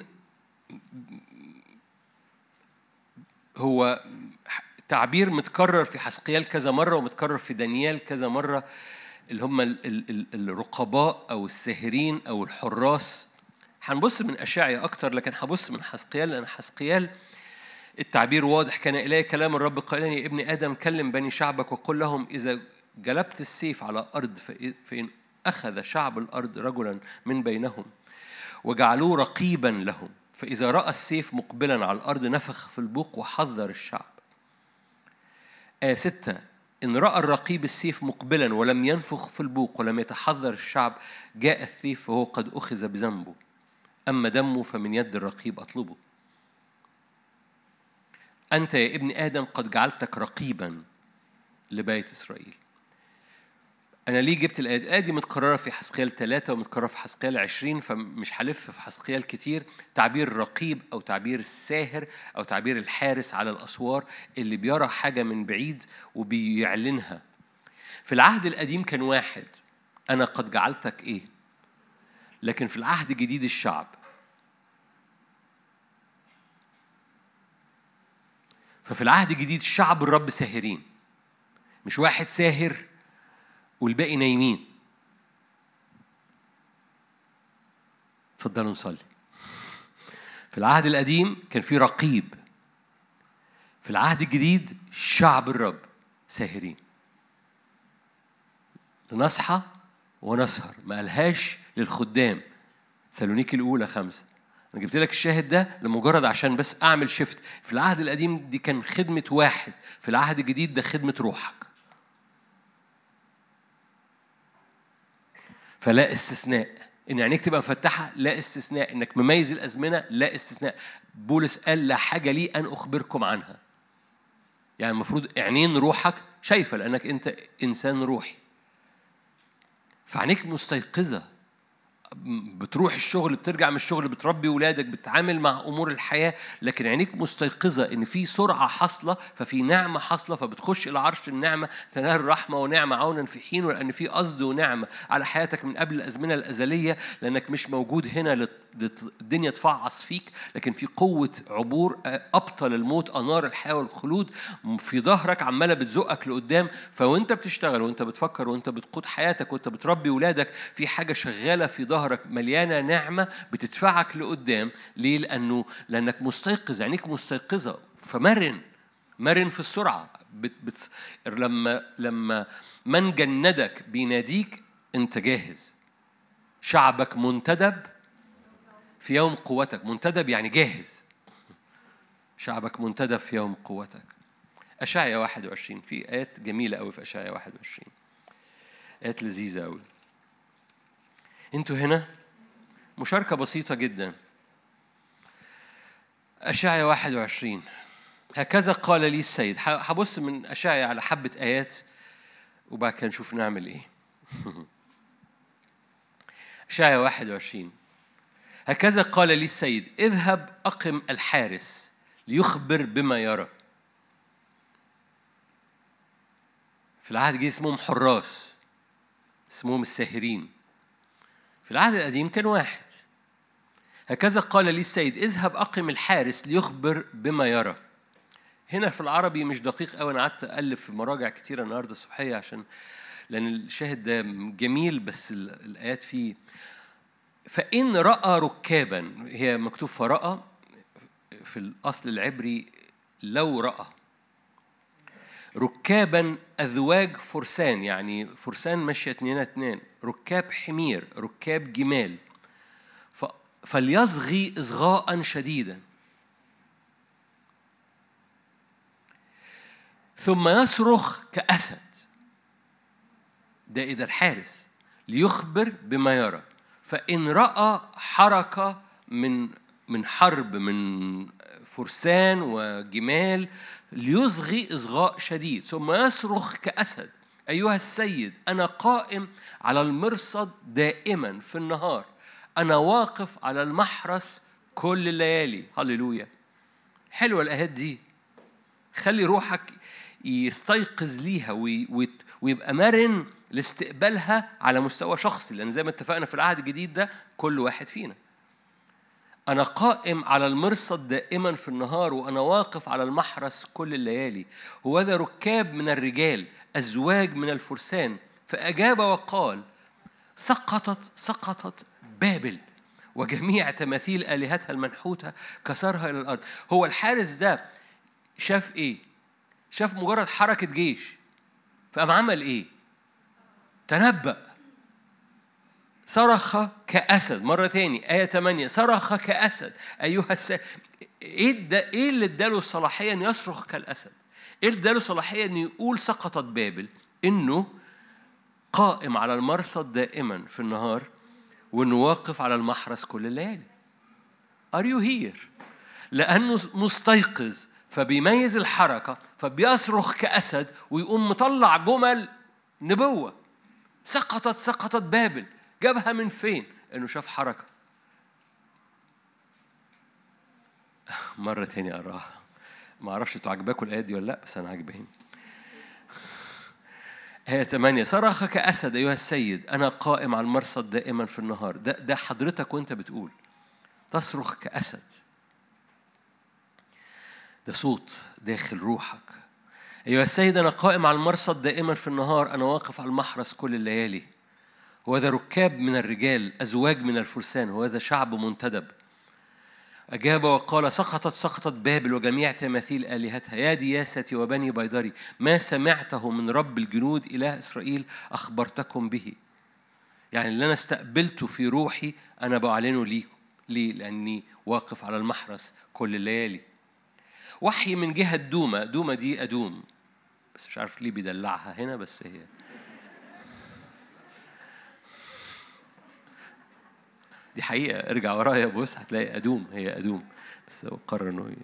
هو تعبير متكرر في حزقيال كذا مرة ومتكرر في دانيال كذا مرة، اللي هم الرقباء أو الساهرين أو الحراس. هنبص من أشعيا أكتر، لكن هبص من حزقيال، لأن حزقيال التعبير واضح. كان إلي كلام الرب قائلا: يا ابن آدم كلم بني شعبك وقل لهم إذا جلبت السيف على أرض فإن أخذ شعب الأرض رجلا من بينهم وجعلوه رقيبا لهم، فإذا رأى السيف مقبلا على الأرض نفخ في البوق وحذر الشعب. 6: إن رأى الرقيب السيف مقبلا ولم ينفخ في البوق ولم يتحذر الشعب جاء السيف وهو قد أخذ بذنبه، أما دمه فمن يد الرقيب أطلبه. أنت يا ابن آدم قد جعلتك رقيبا لبيت إسرائيل. أنا ليه جبت الآية دي؟ متكررة في حزقيال 3 ومتكررة في حزقيال 20، فمش هلف في حزقيال كتير. تعبير الرقيب أو تعبير الساهر أو تعبير الحارس على الأسوار، اللي بيرى حاجة من بعيد وبيعلنها. في العهد القديم كان واحد: أنا قد جعلتك إيه؟ لكن في العهد الجديد الشعب. ففي العهد الجديد شعب الرب ساهرين، مش واحد ساهر والباقي نايمين. اتفضلوا نصلي. في العهد القديم كان في رقيب، في العهد الجديد شعب الرب ساهرين. نصحى ونسهر، ما قالهاش للخدام. تسالونيكي الأولى 5. أنا جبت لك الشاهد ده لمجرد عشان بس أعمل شفت. في العهد القديم دي كان خدمة واحد، في العهد الجديد ده خدمة روحك. فلا استثناء. إن عينيك تبقى مفتحة، لا استثناء. إنك مميز الأزمنة، لا استثناء. بولس قال: لا حاجة لي أن أخبركم عنها. يعني المفروض عينين روحك شايفة، لأنك أنت إنسان روحي. فعينيك مستيقظة، بتروح الشغل، بترجع من الشغل، بتربي ولادك، بتتعامل مع أمور الحياة، لكن عينيك مستيقظة إن في سرعة حاصلة، ففي نعمة حاصلة، فبتخش إلى عرش النعمة تنال رحمة ونعمة عونا في حين، ولأن في قصد ونعمة على حياتك من قبل الأزمنة الأزلية، لأنك مش موجود هنا الدنيا تفعص فيك، لكن في قوة عبور أبطل الموت أنار الحياة والخلود في ظهرك عمالة بتزقك لقدام. فوانت بتشتغل وانت بتفكر وانت بتقود حياتك وانت بتربي ولادك، في حاجة شغالة في ظهرك مليانة نعمة بتدفعك لقدام. ليه؟ لأنك مستيقظ، عينيك مستيقظة، فمرن في السرعة. لما من جندك بيناديك أنت جاهز. شعبك منتدب في يوم قوتك. منتدب يعني جاهز. شعبك منتدب في يوم قوتك. أشعيا 21 في آيات جميلة أوي في أشعيا 21، آيات لذيذة أوي. أنتوا هنا مشاركة بسيطة جدا. أشعيا 21: هكذا قال لي السيد. هبص من أشعيا على حبة آيات وبعد كده نشوف نعمل إيه. أشعيا 21: هكذا قال لي السيد اذهب أقم الحارس ليخبر بما يرى. في العهد الجديد اسمهم حراس، اسمهم الساهرين. في العهد القديم كان واحد. هكذا قال لي السيد اذهب أقم الحارس ليخبر بما يرى. هنا في العربي مش دقيق قوي. أنا قعدت ألف في مراجع كتيرة النهاردة الصبحية لأن الشاهد ده جميل، بس الآيات فيه. فإن رأى ركابا، هي مكتوب فرأى في الأصل العبري لو رأى ركابا أذواج فرسان، يعني فرسان ماشية 2 ركاب حمير، ركاب جمال، فليصغي إصغاء شديدا ثم يصرخ كأسد. ده إذا الحارس ليخبر بما يرى. فإن رأى حركة من حرب، من فرسان وجمال، ليصغي إصغاء شديد ثم يصرخ كأسد: أيها السيد أنا قائم على المرصد دائما في النهار، أنا واقف على المحرس كل الليالي. هللويا. حلوة الآيات دي. خلي روحك يستيقظ ليها ويبقى مرن لاستقبالها على مستوى شخصي، لأن زي ما اتفقنا في العهد الجديد ده كل واحد فينا. أنا قائم على المرصد دائما في النهار، وأنا واقف على المحرس كل الليالي. هوذا ركاب من الرجال، أزواج من الفرسان. فأجاب وقال: سقطت بابل، وجميع تماثيل آلهتها المنحوتة كسرها إلى الأرض. هو الحارس ده شاف إيه؟ شاف مجرد حركة جيش، فقام عمل إيه؟ تنبأ. صرخ كأسد. مرة تاني آية 8، صرخ كأسد أيها إيه اللي اداله الصلاحية أن يصرخ كالأسد؟ إيه اللي اداله الصلاحية أن يقول سقطت بابل؟ إنه قائم على المرصد دائما في النهار، وإنه واقف على المحرس كل الليالي. Are you here؟ لأنه مستيقظ فبيميز الحركة، فبيصرخ كأسد ويقوم مطلع جمل نبوة. سقطت بابل. جابها من فين؟ إنه شاف حركة. مرة تاني أراها. ما أعرفش أنتوا عجباكوا الآيات دي ولا لأ، بس أنا عجباني. آية 8، صرخ كأسد أيها السيد، أنا قائم على المرصد دائما في النهار. ده حضرتك وأنت بتقول تصرخ كأسد. ده صوت داخل روحك. أيها السيد أنا قائم على المرصد دائما في النهار، أنا واقف على المحرس كل الليالي. وهذا ركاب من الرجال، أزواج من الفرسان، وهذا شعب منتدب. أجاب وقال: سقطت بابل وجميع تماثيل آلهتها. يا دياستي وبني بيدري، ما سمعته من رب الجنود إله إسرائيل أخبرتكم به. يعني اللي أنا استقبلته في روحي أنا بعلنه ليكم. ليه؟ لأني واقف على المحرس كل الليالي. وحي من جهة دومة دي أدوم، بس مش عارف ليه بيدلعها هنا، بس هي دي حقيقة. ارجع ورايا بص هتلاقي أدوم، هي أدوم، بس هو قرر إنه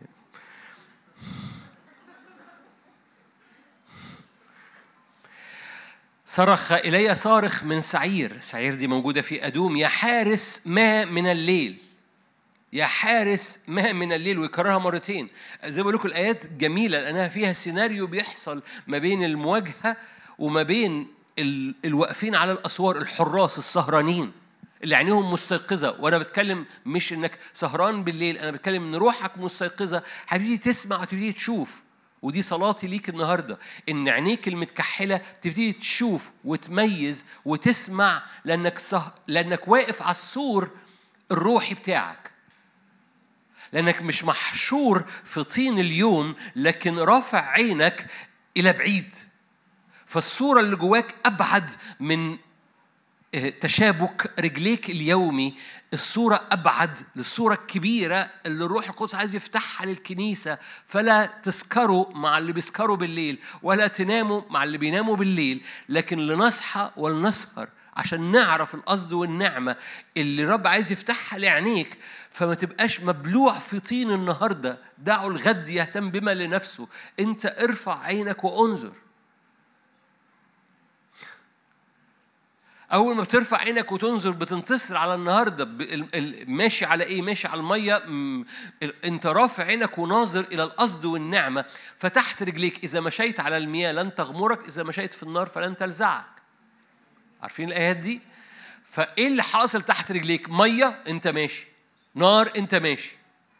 صرخ إلي صارخ من سعير. سعير دي موجودة في أدوم. يا حارس ما من الليل، يا حارس ما من الليل. ويكررها مرتين. زي ما بقول لكم الآيات جميلة لأنها فيها سيناريو بيحصل ما بين المواجهة وما بين الواقفين على الأسوار، الحراس السهرانين اللي عينيهم مستيقظة. وأنا بتكلم مش إنك سهران بالليل، أنا بتكلم إن روحك مستيقظة، حبيبي تسمع وتبتدي تشوف. ودي صلاتي ليك النهاردة، إن عينيك المتكحلة تبتدي تشوف وتميز وتسمع، لأنك واقف على السور الروحي بتاعك، لأنك مش محشور في طين اليوم، لكن رافع عينك إلى بعيد. فالصورة اللي جواك أبعد من تشابك رجليك اليومي. الصورة أبعد للصورة الكبيرة اللي الروح القدس عايز يفتحها للكنيسة. فلا تسكروا مع اللي بيسكروا بالليل، ولا تناموا مع اللي بيناموا بالليل، لكن لنصحى ولنسهر عشان نعرف القصد والنعمة اللي رب عايز يفتحها لعينيك. فما تبقاش مبلوع في طين النهاردة. دعوا الغد يهتم بما لنفسه. انت ارفع عينك وانظر. أول ما بترفع عينك وتنظر بتنتصر على النهاردة. ماشي على إيه؟ ماشي على المية. أنت رافع عينك وناظر إلى القصد والنعمة. فتحت رجليك، إذا مشيت على المياه لن تغمرك، إذا مشيت في النار فلن تلزعك. عارفين الآيات دي؟ فإيه اللي حاصل تحت رجليك؟ مية أنت ماشي، نار أنت ماشي.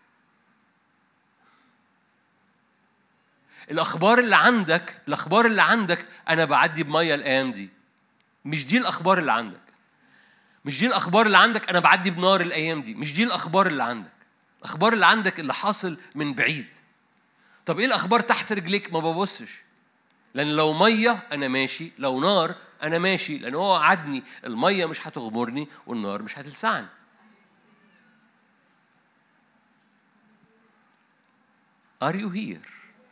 الأخبار اللي عندك أنا بعدي بمية الأيام دي. مش دي الأخبار اللي عندك. مش دي الأخبار اللي عندك أنا بعدي بنار الأيام دي. مش دي الأخبار اللي عندك. الأخبار اللي عندك اللي حاصل من بعيد. طب إيه الأخبار تحت رجليك؟ ما ببصش، لأن لو مية أنا ماشي، لو نار أنا ماشي، لأن هو وعدني المية مش هتغمرني والنار مش هتلسعني. Are you here؟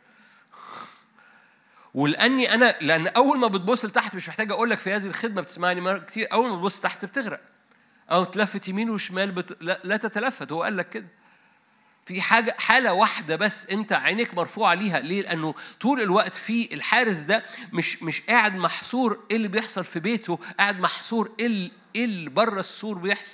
لأن أول ما بتبص لتحت، مش محتاج أقول لك في هذه الخدمة بتسمعني مرة كتير، أول ما بتبص تحت بتغرق، أو تلفت يمين وشمال لا تتلفت. هو قال لك كده. في حالة واحدة بس أنت عينك مرفوعة ليها. ليه؟ لأنه طول الوقت في الحارس ده مش قاعد محصور إيه اللي بيحصل في بيته، قاعد محصور إيه اللي بره السور بيحصل.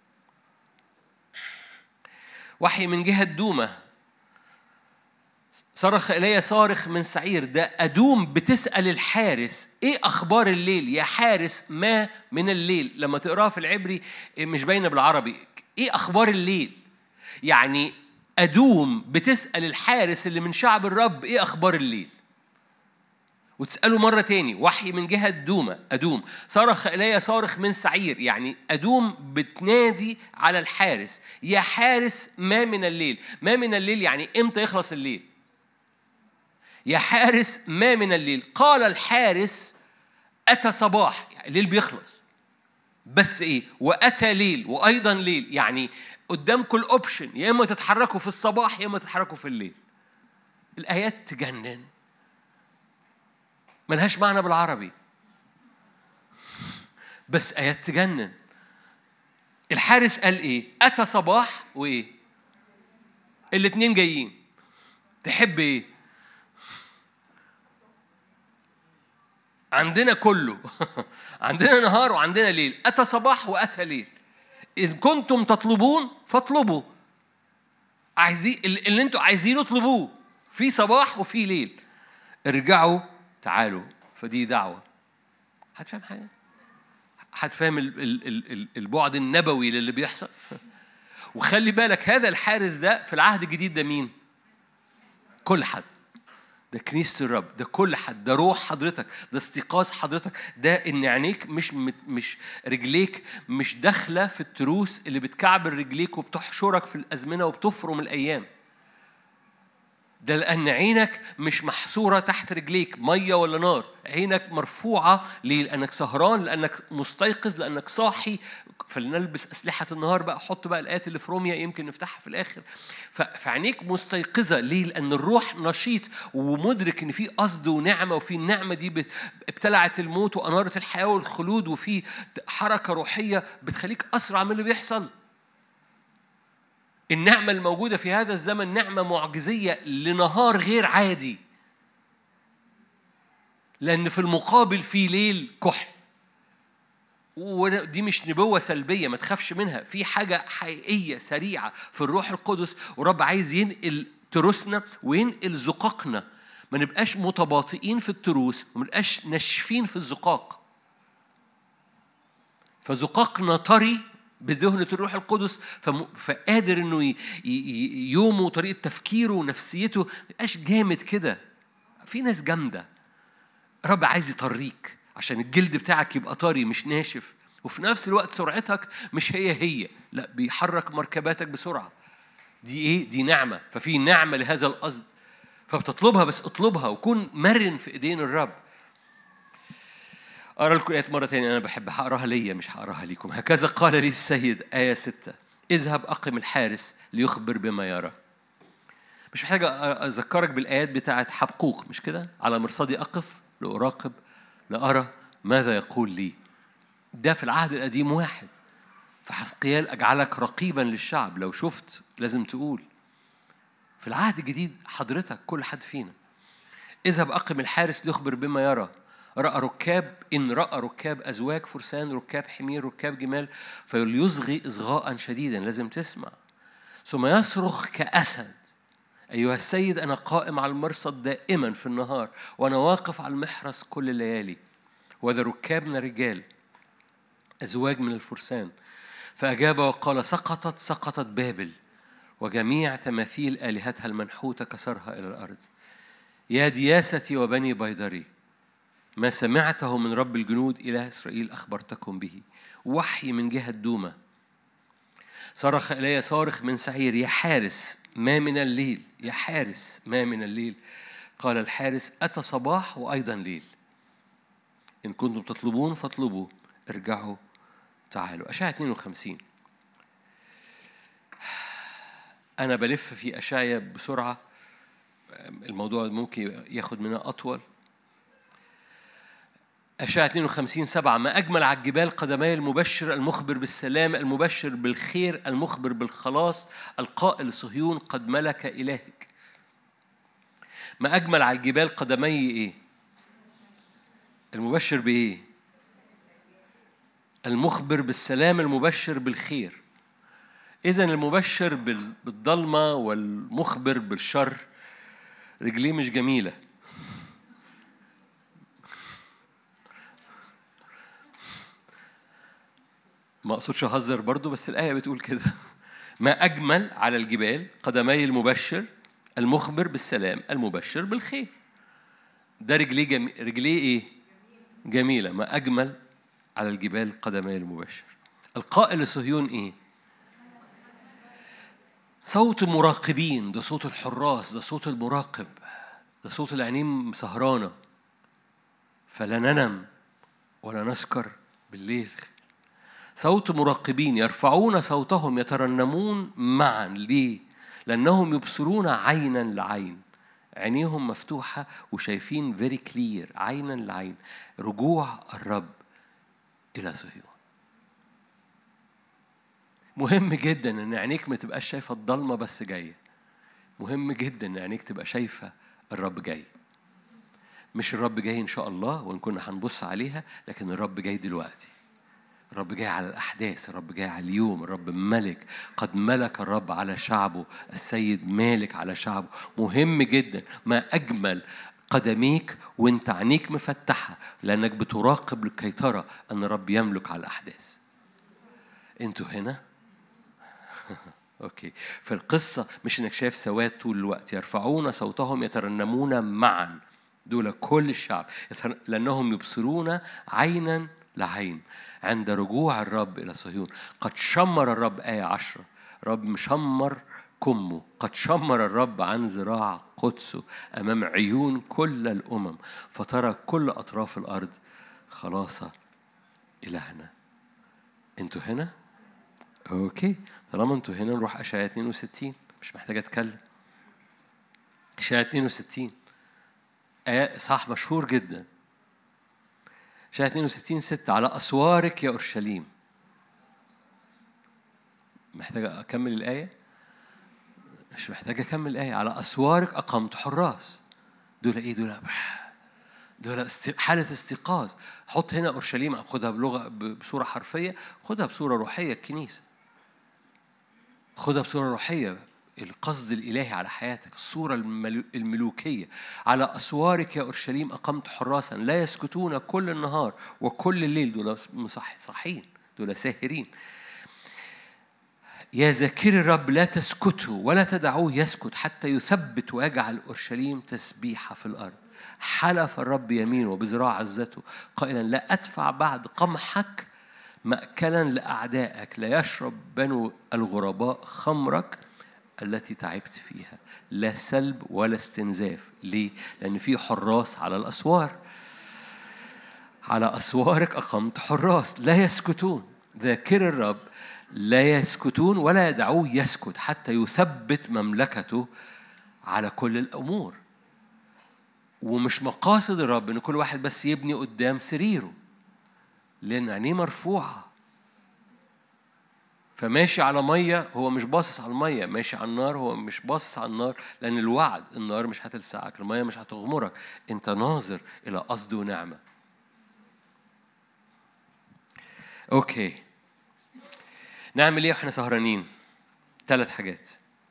وحي من جهة دومة. صرخ إلي صارخ من سعير. ده أدوم بتسأل الحارس إيه أخبار الليل يا حارس ما من الليل. لما تقراها في العبري مش باينة بالعربي. إيه أخبار الليل؟ يعني أدوم بتسأل الحارس اللي من شعب الرب إيه أخبار الليل. وتسأله مرة تاني، وحي من جهة أدوم صرخ إلي صارخ من سعير. يعني أدوم بتنادي على الحارس يا حارس ما من الليل. ما من الليل يعني إمتى يخلص الليل؟ يا حارس ما من الليل. قال الحارس أتى صباح، يعني الليل بيخلص بس إيه؟ وأتى ليل وأيضا ليل. يعني قدامكم الأوبشن، يا إما تتحركوا في الصباح يا إما تتحركوا في الليل. الآيات تجنن، ملهاش معنى بالعربي بس آيات تجنن. الحارس قال إيه؟ أتى صباح وإيه؟ الاتنين جايين. تحب إيه؟ عندنا كله عندنا نهار وعندنا ليل. أتى صباح وأتى ليل. إن كنتم تطلبون فاطلبوا. عايزين اللي انتوا عايزينه اطلبوه. في صباح وفي ليل. ارجعوا تعالوا. فدي دعوة. هتفهم حاجة؟ هتفهم البعد النبوي للي بيحصل. وخلي بالك هذا الحارس ده في العهد الجديد ده مين؟ كل حد. ده كنيسة الرب، ده كل حد، ده روح حضرتك، ده استيقاظ حضرتك، ده إن عينيك مش رجليك مش داخلة في التروس اللي بتكعبل رجليك وبتحشرك في الأزمنة وبتفرم الأيام. ده لأن عينك مش محصورة تحت رجليك مية ولا نار. عينك مرفوعة ليه؟ لأنك سهران، لأنك مستيقظ، لأنك صاحي. فلنلبس أسلحة النهار بقى. حط بقى الآيات اللي في روميا يمكن نفتحها في الآخر. فعينيك مستيقظة ليه؟ لأن الروح نشيط ومدرك إن في قصد ونعمة، وفي النعمة دي ابتلعت الموت وأنارت الحياة والخلود، وفي حركة روحية بتخليك أسرع من اللي بيحصل. النعمة الموجودة في هذا الزمن نعمة معجزية لنهار غير عادي، لأن في المقابل في ليل كحل. ودي مش نبوة سلبية، ما تخافش منها. في حاجة حقيقية سريعة في الروح القدس، ورب عايز ينقل تروسنا وينقل زقاقنا. ما نبقاش متباطئين في التروس وما نبقاش ناشفين في الزقاق. فزقاقنا طري بدهنة الروح القدس، فقادر إنه يومه وطريقة تفكيره ونفسيته ما يبقاش جامد كده. في ناس جامدة، رب عايز يطريك عشان الجلد بتاعك يبقى طري مش ناشف. وفي نفس الوقت سرعتك مش هي لا، بيحرك مركباتك بسرعة. دي إيه؟ دي نعمة. ففي نعمة لهذا القصد، فبتطلبها، بس اطلبها وكون مرن في إيدين الرب. أقرأ لكم الآيات مرة تانية، أنا بحب هقراها ليا مش هقراها ليكم. هكذا قال لي السيد، آية 6: اذهب أقم الحارس ليخبر بما يرى. مش محتاج أذكرك بالآيات بتاعت حبقوق، مش كده؟ على مرصدي أقف لأراقب لأرى ماذا يقول لي. ده في العهد القديم واحد. فحسقيال أجعلك رقيبا للشعب. لو شفت لازم تقول. في العهد الجديد حضرتك كل حد فينا. اذهب أقم الحارس ليخبر بما يرى. رأى ركاب، إن رأى ركاب أزواج فرسان، ركاب حمير، ركاب جمال، فليصغي إصغاء شديدا. لازم تسمع. ثم يصرخ كأسد: أيها السيد، أنا قائم على المرصد دائما في النهار، وأنا واقف على المحرس كل الليالي، وذا ركاب من الرجال أزواج من الفرسان. فأجاب وقال: سقطت بابل، وجميع تماثيل آلهتها المنحوتة كسرها إلى الأرض. يا دياستي وبني بيدري، ما سمعته من رب الجنود إله إسرائيل أخبرتكم به. وحي من جهة دومة. صرخ إلي صارخ من سعير: يا حارس ما من الليل، يا حارس ما من الليل. قال الحارس: أتى صباح وأيضا ليل. إن كنتم تطلبون فاطلبوا، ارجعوا تعالوا. أشعياء 52. أنا بلف في أشعياء بسرعة، الموضوع ممكن ياخد منها أطول. أشعياء 52:7: ما أجمل على الجبال قدمي المبشر المخبر بالسلام، المبشر بالخير، المخبر بالخلاص، القائل صهيون قد ملك إلهك. ما أجمل على الجبال قدمي إيه؟ المبشر بإيه؟ المخبر بالسلام، المبشر بالخير. إذن المبشر بالضلمة والمخبر بالشر رجليه مش جميلة. ما أقصدش أهزر برضو، بس الآية بتقول كده. ما أجمل على الجبال قدمي المبشر المخبر بالسلام المبشر بالخير. ده رجليه رجليه إيه؟ جميلة. ما أجمل على الجبال قدمي المبشر. القائل لصهيون إيه؟ صوت المراقبين، ده صوت الحراس، ده صوت المراقب، ده صوت العينين سهرانة فلا ننم ولا نسكر بالليل. صوت مراقبين يرفعون صوتهم يترنمون معا. ليه؟ لأنهم يبصرون عينا لعين. عينيهم مفتوحة وشايفين very clear، عينا لعين، رجوع الرب إلى صهيون. مهم جدا إن عينيك ما تبقاش شايفة الضلمة بس جاية. مهم جدا إن عينيك تبقى شايفة الرب جاي. مش الرب جاي إن شاء الله وإن كنا هنبص عليها، لكن الرب جاي دلوقتي. الرب جاي على الأحداث، الرب جاي على اليوم، الرب ملك، قد ملك الرب على شعبه، السيد مالك على شعبه. مهم جدا. ما أجمل قدميك وانت عينيك مفتحة لأنك بتراقب لكي ترى أن الرب يملك على الأحداث. انتوا هنا؟ أوكي. في القصة مش إنك شايف سواد طول الوقت. يرفعون صوتهم يترنمون معا، دول كل الشعب، لأنهم يبصرون عينا لعين عند رجوع الرب إلى صهيون. قد شمر الرب، آية 10، رب مشمر كمه. قد شمر الرب عن ذراع قدسه أمام عيون كل الأمم، فترى كل أطراف الأرض خلاص إلهنا. أنتوا هنا؟ أوكي. طالما أنتوا هنا نروح أشعياء 62. مش محتاج أتكلم. أشعياء 62 آية صح مشهور جدا. أشعياء 62:6 على أسوارك يا أورشليم. محتاج أكمل الآية؟ مش محتاج أكمل الآية. على أسوارك أقمت حراس. دول إيه؟ دول حالة استيقاظ. حط هنا أورشليم، خدها بلغة بصورة حرفية، خدها بصورة روحية. الكنيسة خدها بصورة روحية، القصد الإلهي على حياتك، الصورة الملوكية. على أسوارك يا أورشليم أقمت حراسا لا يسكتون كل النهار وكل الليل. دول صحين، دول ساهرين. يا ذاكري الرب لا تسكتوا ولا تدعوه يسكت حتى يثبت ويجعل أورشليم تسبيحة في الأرض. حلف الرب يمينه وبذراع عزته قائلا لا أدفع بعد قمحك مأكلا لأعدائك، لا يشرب بنو الغرباء خمرك التي تعبت فيها، لا سلب ولا استنزاف. ليه؟ لأن في حراس على الأسوار. على أسوارك أقمت حراس لا يسكتون. ذاكر الرب لا يسكتون ولا يدعوه يسكت حتى يثبت مملكته على كل الأمور. ومش مقاصد الرب إن كل واحد بس يبني قدام سريره، لأن عينيه مرفوعة. فماشي على مية هو مش باصص على المية، ماشي على النار هو مش باصص على النار، لأن الوعد النار مش هتلسعك، المية مش هتغمرك، أنت ناظر إلى قصد ونعمة. أوكي، نعمل إيه وإحنا سهرانين؟ 3 حاجات.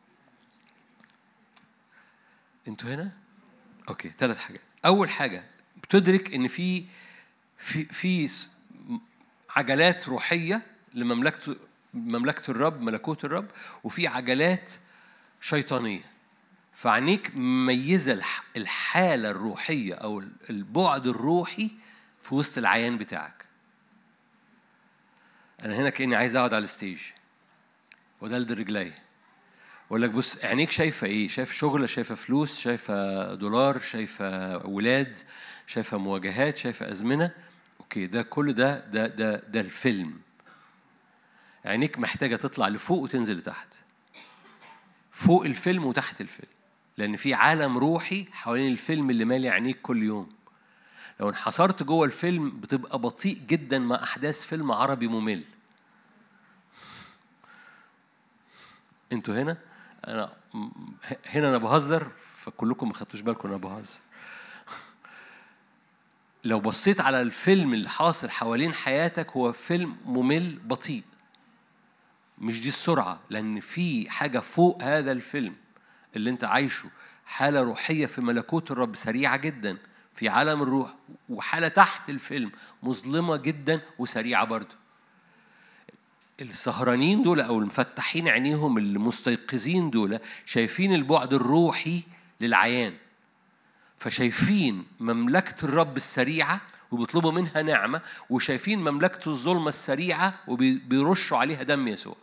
أنتوا هنا؟ أوكي، 3 حاجات. أول حاجة بتدرك إن في عجلات روحية مملكة الرب، ملكوت الرب، وفي عجلات شيطانية. فعنيك مميزة الحالة الروحية أو البعد الروحي في وسط العيان بتاعك. أنا هنا كأني عايز أقعد على الستيج ودلد رجلي وأقول لك بص، عينيك شايفة إيه؟ شايفة شغل، شايفة فلوس، شايفة دولار، شايفة ولاد، شايفة مواجهات، شايفة أزمنة. أوكي، ده كل ده الفيلم. عينيك محتاجة تطلع لفوق وتنزل لتحت، فوق الفيلم وتحت الفيلم، لأن في عالم روحي حوالين الفيلم اللي مالي عينيك كل يوم. لو انحصرت جوه الفيلم بتبقى بطيء جدا مع أحداث فيلم عربي ممل. انتوا هنا؟ أنا بهزر، فكلكم ما خدتوش بالكم أنا بهزر. لو بصيت على الفيلم اللي حاصل حوالين حياتك هو فيلم ممل بطيء. مش دي السرعة، لأن في حاجة فوق هذا الفيلم اللي انت عايشه حالة روحية في ملكوت الرب سريعة جدا في عالم الروح، وحالة تحت الفيلم مظلمة جدا وسريعة برضو. السهرانين دول أو المفتحين عينيهم المستيقظين دول شايفين البعد الروحي للعيان، فشايفين مملكة الرب السريعة وبيطلبوا منها نعمة، وشايفين مملكة الظلمة السريعة وبيرشوا عليها دم يسوع.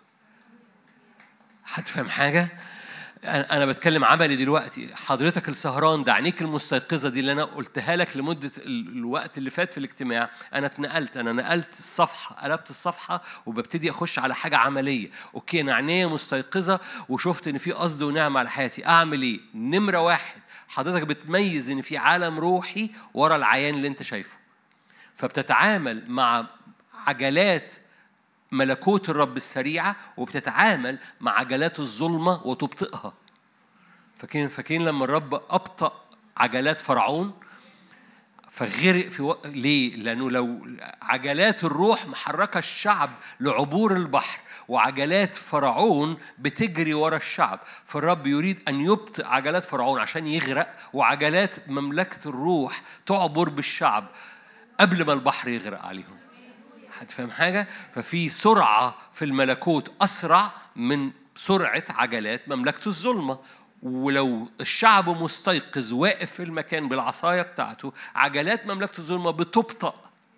هتفهم حاجة؟ أنا بتكلم عملي دلوقتي. حضرتك السهران ده، عينيك المستيقظة دي اللي أنا قلتها لك لمدة الوقت اللي فات في الاجتماع، أنا نقلت الصفحة، قلبت الصفحة وببتدي أخش على حاجة عملية. أوكي، أنا عينيا مستيقظة وشفت إن في قصد ونعمة على حياتي، أعمل إيه؟ نمرة واحد، حضرتك بتميز إن في عالم روحي ورا العيان اللي أنت شايفه، فبتتعامل مع عجلات ملكوت الرب السريعة وبتتعامل مع عجلات الظلمة وتبطئها. فاكرين لما الرب أبطأ عجلات فرعون فغرق في ليه؟ لأنه لو عجلات الروح محركة الشعب لعبور البحر، وعجلات فرعون بتجري ورا الشعب، فالرب يريد أن يبطئ عجلات فرعون عشان يغرق، وعجلات مملكة الروح تعبر بالشعب قبل ما البحر يغرق عليهم. هتفهم حاجة؟ ففي سرعة في الملكوت أسرع من سرعة عجلات مملكة الظلمة. ولو الشعب مستيقظ واقف في المكان بالعصاية بتاعته، عجلات مملكة الظلمة بتبطأ.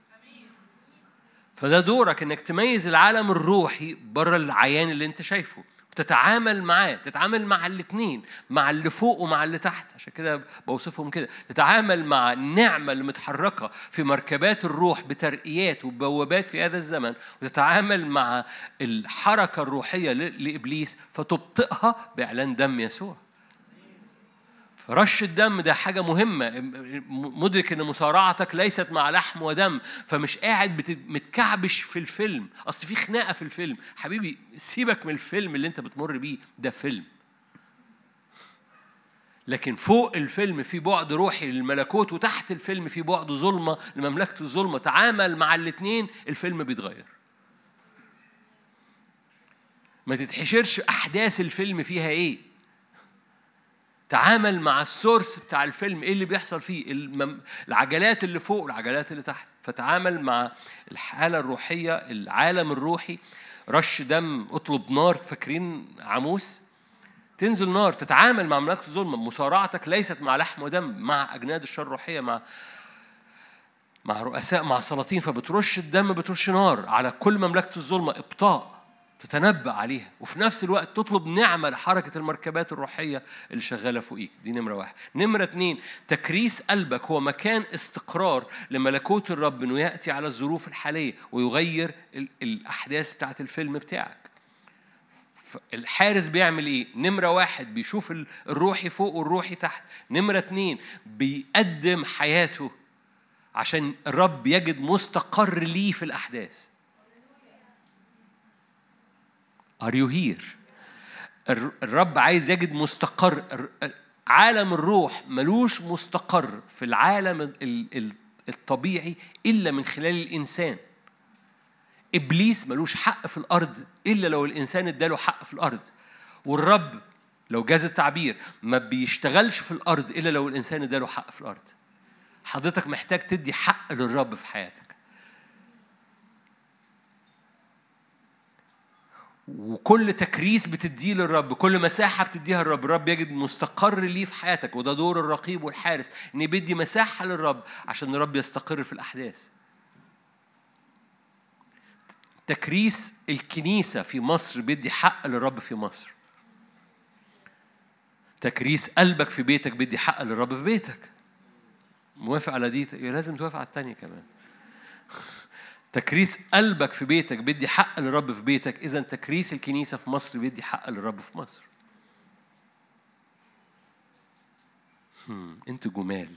فده دورك إنك تميز العالم الروحي بره العيان اللي انت شايفه، تتعامل معاه، تتعامل مع الاثنين، مع اللي فوق ومع اللي تحت. عشان كده بوصفهم كده، تتعامل مع النعمة اللي متحركة في مركبات الروح بترقيات وبوابات في هذا الزمن، وتتعامل مع الحركة الروحية لإبليس فتبطئها بإعلان دم يسوع. فرش الدم ده حاجة مهمة. مدرك إن مصارعتك ليست مع لحم ودم، فمش قاعد متكعبش في الفيلم. أصل في خناقة في الفيلم، حبيبي سيبك من الفيلم اللي أنت بتمر بيه، ده فيلم. لكن فوق الفيلم في بعد روحي للملكوت، وتحت الفيلم في بعد ظلمة لمملكة الظلمة. تعامل مع الاثنين، الفيلم بيتغير. ما تتحشرش أحداث الفيلم فيها إيه، تعامل مع السورس بتاع الفيلم، ايه اللي بيحصل فيه، العجلات اللي فوق والعجلات اللي تحت. فتعامل مع الحالة الروحية، العالم الروحي. رش دم، اطلب نار. فاكرين عاموس؟ تنزل نار، تتعامل مع مملكة الظلمة. مصارعتك ليست مع لحم ودم، مع أجناد الشر الروحية، مع رؤساء، مع سلاطين. فبترش الدم، بترش نار على كل مملكة الظلمة، إبطاء تتنبأ عليها، وفي نفس الوقت تطلب نعمة لحركة المركبات الروحية اللي شغالة فوقيك. دي نمرة واحد. نمرة اتنين، تكريس قلبك هو مكان استقرار لملكوت الرب، إنه يأتي على الظروف الحالية ويغير الأحداث بتاعت الفيلم بتاعك. الحارس بيعمل إيه؟ نمرة واحد، بيشوف الروحي فوق والروحي تحت. نمرة اتنين، بيقدم حياته عشان الرب يجد مستقر ليه في الأحداث. Are you here؟ الرب عايز يجد مستقر. عالم الروح ملوش مستقر في العالم الطبيعي إلا من خلال الإنسان. إبليس ملوش حق في الأرض إلا لو الإنسان اداله حق في الأرض. والرب لو جاز التعبير ما بيشتغلش في الأرض إلا لو الإنسان اداله حق في الأرض. حضرتك محتاج تدي حق للرب في حياتك، وكل تكريس بتديه للرب، كل مساحة بتديها للرب، الرب يجد مستقر ليه في حياتك. وده دور الرقيب والحارس، إن يدي مساحة للرب عشان الرب يستقر في الأحداث. تكريس الكنيسة في مصر بيدي حق للرب في مصر. تكريس قلبك في بيتك بيدي حق للرب في بيتك. موافق على دي؟ لازم توافق على التانية كمان. تكريس قلبك في بيتك بيدي حق للرب في بيتك، إذن تكريس الكنيسة في مصر بيدي حق للرب في مصر. أنت جمال.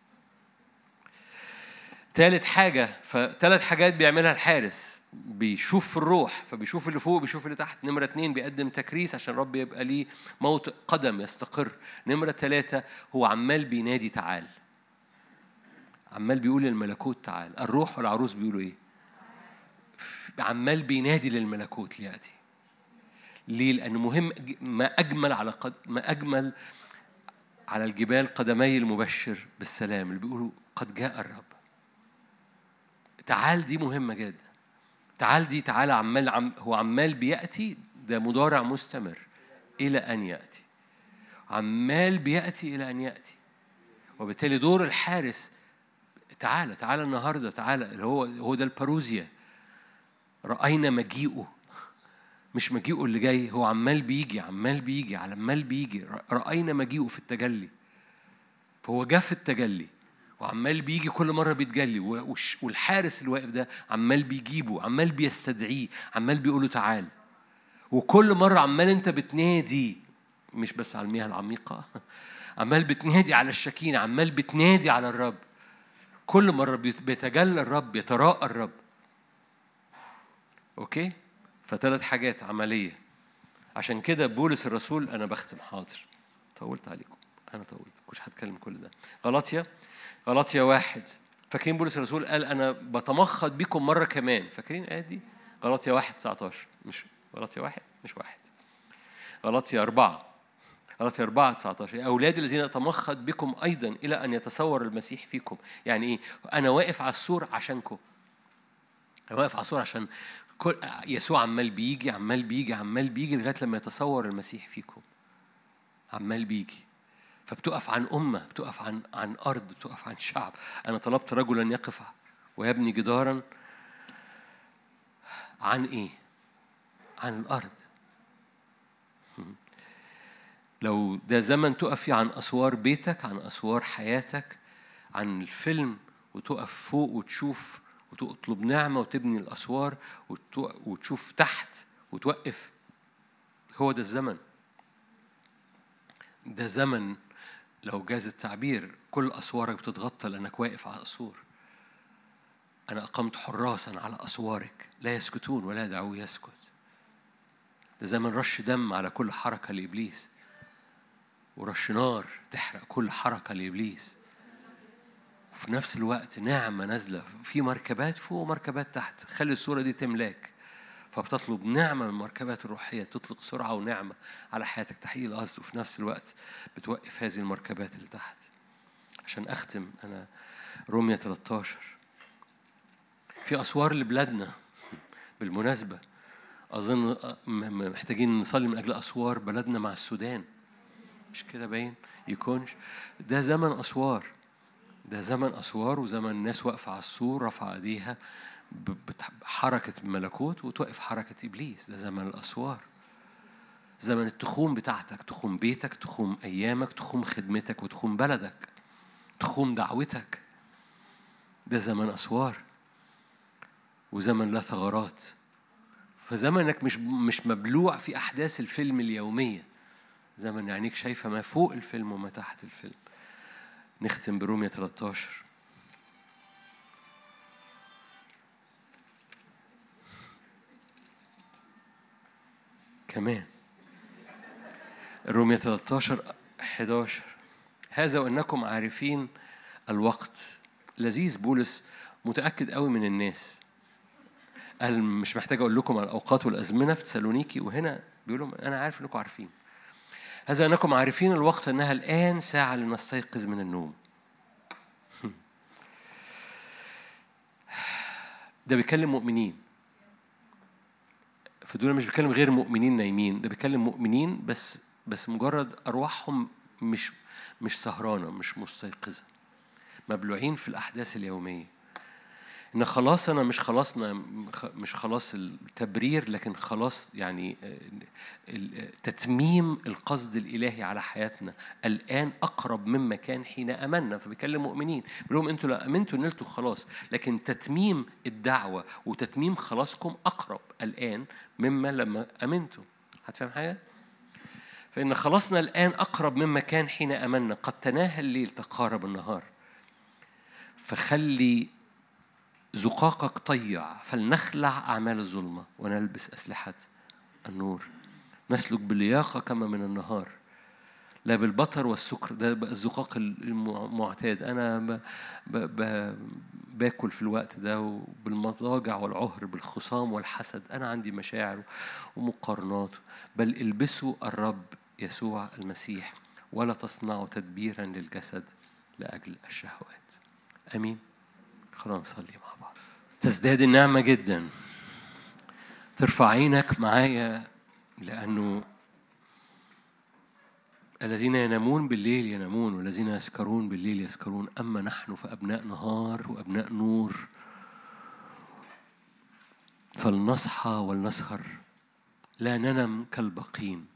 ثالث حاجة، فثلاث حاجات بيعملها الحارس. بيشوف في الروح، فبيشوف اللي فوق، بيشوف اللي تحت. نمرة 2، بيقدم تكريس عشان الرب يبقى ليه موطئ قدم يستقر. نمرة 3، هو عمال بينادي تعال، عمال بيقول للملكوت تعال. الروح والعروس بيقولوا إيه؟ عمال بينادي للملكوت ليأتي. ليه؟ لأنه مهم. ما أجمل على الجبال قدمي المبشر بالسلام اللي بيقولوا قد جاء الرب. تعال دي مهمة جدا. تعال هو عمال بيأتي، ده مضارع مستمر إلى أن يأتي، عمال بيأتي إلى أن يأتي. وبالتالي دور الحارس تعال النهاردة، تعال اللي هو ده الباروزيا. رأينا مجيئه، مش مجيئه اللي جاي، هو عمال بيجي. رأينا مجيئه في التجلي، فهو جاء في التجلي وعمال بيجي كل مرة بيتجلي، والحارس اللي واقف ده عمال بيجيبه، عمال بيستدعيه، عمال بيقوله تعال. وكل مرة عمال انت بتنادي، مش بس على المياه العميقة، عمال بتنادي على الشكينة، عمال بتنادي على الرب. كل مرة بيتجلى الرب، يتراءى الرب. أوكي؟ فثلاث حاجات عملية. عشان كده بولس الرسول، أنا بختم، حاضر طولت عليكم، أنا طولت، مش هتكلم كل ده. غلاطيا 1. فاكرين بولس الرسول قال أنا بتمخض بكم مرة كمان؟ فاكرين الآية دي؟ غلاطيا 1:19، مش غلاطيا 1، مش 1. غلاطيا 4:19. يا أولادي الذين أتمخض بكم أيضا إلى أن يتصور المسيح فيكم. يعني إيه؟ أنا واقف على السور عشانكم. أنا واقف على السور عشان يسوع عمال بيجي لغاية لما يتصور المسيح فيكم. عمال بيجي. فبتقف عن أمة، بتقف عن أرض، بتقف عن شعب. أنا طلبت رجلا يقف ويبني جدارا عن إيه؟ عن الأرض. لو ده زمن تقف فيه عن أسوار بيتك، عن أسوار حياتك، عن الفيلم، وتقف فوق وتشوف وتطلب نعمة وتبني الأسوار وتشوف تحت وتوقف. هو ده الزمن. ده زمن لو جاز التعبير كل أسوارك بتتغطى لأنك واقف على أسور. أنا أقمت حراسا على أسوارك لا يسكتون ولا يدعوه يسكت. ده زمن رش دم على كل حركة لإبليس، ورش نار تحرق كل حركة لإبليس. وفي نفس الوقت نعمة نازلة في مركبات فوق ومركبات تحت. خلي الصورة دي تملاك. فبتطلب نعمة من المركبات الروحية تطلق سرعة ونعمة على حياتك تحقيق القصد، وفي نفس الوقت بتوقف هذه المركبات اللي تحت. عشان أختم، أنا رومية 13. في أسوار لبلادنا بالمناسبة. أظن محتاجين نصلي من أجل أسوار بلدنا مع السودان. مش كده باين؟ يكونش ده زمن أسوار. ده زمن أسوار، وزمن الناس واقفة على السور رفع أيديها بحركة ملكوت وتوقف حركة إبليس. ده زمن الأسوار. زمن التخوم بتاعتك، تخوم بيتك، تخوم أيامك، تخوم خدمتك، وتخوم بلدك، تخوم دعوتك. ده زمن أسوار وزمن لا ثغرات. فزمنك مش مبلوع في أحداث الفيلم اليومية. زمن عينيك شايفة ما فوق الفيلم وما تحت الفيلم. نختم برومية 13. كمان رومية 13:11. هذا وإنكم عارفين الوقت. لذيذ، بولس متأكد قوي من الناس. قال مش محتاج أقول لكم على الأوقات والأزمنة في تسالونيكي، وهنا بيقولوا أنا عارف إنكم عارفين. هذا أنكم عارفين الوقت أنها الآن ساعة لنستيقظ من النوم. ده بيكلم مؤمنين. فدول مش بيكلم غير مؤمنين نايمين، ده بيكلم مؤمنين بس مجرد أرواحهم مش سهرانة، مش مستيقظة، مبلوعين في الأحداث اليومية. إن خلاصنا مش خلاص التبرير، لكن خلاص يعني تتميم القصد الإلهي على حياتنا الآن أقرب مما كان حين أمنا. فبيكلم مؤمنين بيقول لهم أنتوا لو أمنتوا نلتوا خلاص، لكن تتميم الدعوة وتتميم خلاصكم أقرب الآن مما لما أمنتوا. هتفهم حاجة؟ فإن خلاصنا الآن أقرب مما كان حين أمنا. قد تناهى الليل تقارب النهار. فخلي زقاقك طيع، فلنخلع أعمال الظلمة ونلبس أسلحة النور. نسلك بلياقة كما من النهار، لا بالبطر والسكر، ده الزقاق المعتاد. أنا باكل في الوقت ده، وبالمضاجع والعهر بالخصام والحسد أنا عندي مشاعر ومقارنات. بل البسوا الرب يسوع المسيح ولا تصنعوا تدبيرا للجسد لأجل الشهوات. أمين. خلونا نصلي مع بعض. تزداد النعمة جدا. ترفع عينك معايا، لأنه الذين ينامون بالليل ينامون، والذين يسكرون بالليل يسكرون، أما نحن فأبناء نهار وأبناء نور، فلنصحى ولنسهر، لا ننم كالبقين،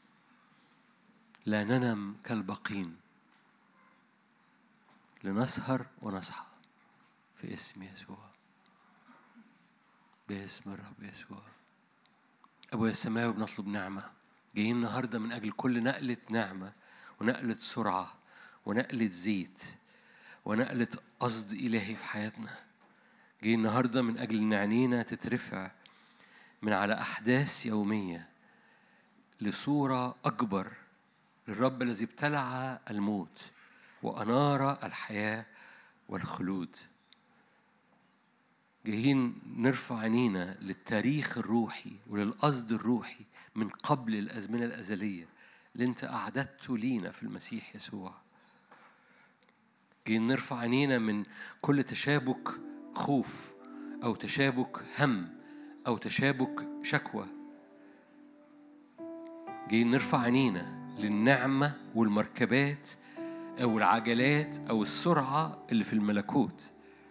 لا ننم كالبقين، لنسهر ونصحى في اسم يسوع، باسم الرب يسوع. أبويا السماوي بنطلب نعمة، جايين النهاردة من أجل كل نقلة نعمة ونقلة سرعة ونقلة زيت ونقلة قصد إلهي في حياتنا. جايين النهاردة من أجل إن عينينا تترفع من على أحداث يومية لصورة أكبر للرب الذي ابتلع الموت وأنار الحياة والخلود. جايين نرفع عينينا للتاريخ الروحي وللقصد الروحي من قبل الأزمنة الأزلية اللي أنت أعددته لينا في المسيح يسوع. جايين نرفع عينينا من كل تشابك خوف أو تشابك هم أو تشابك شكوى. جايين نرفع عينينا للنعمة والمركبات أو العجلات أو السرعة اللي في الملكوت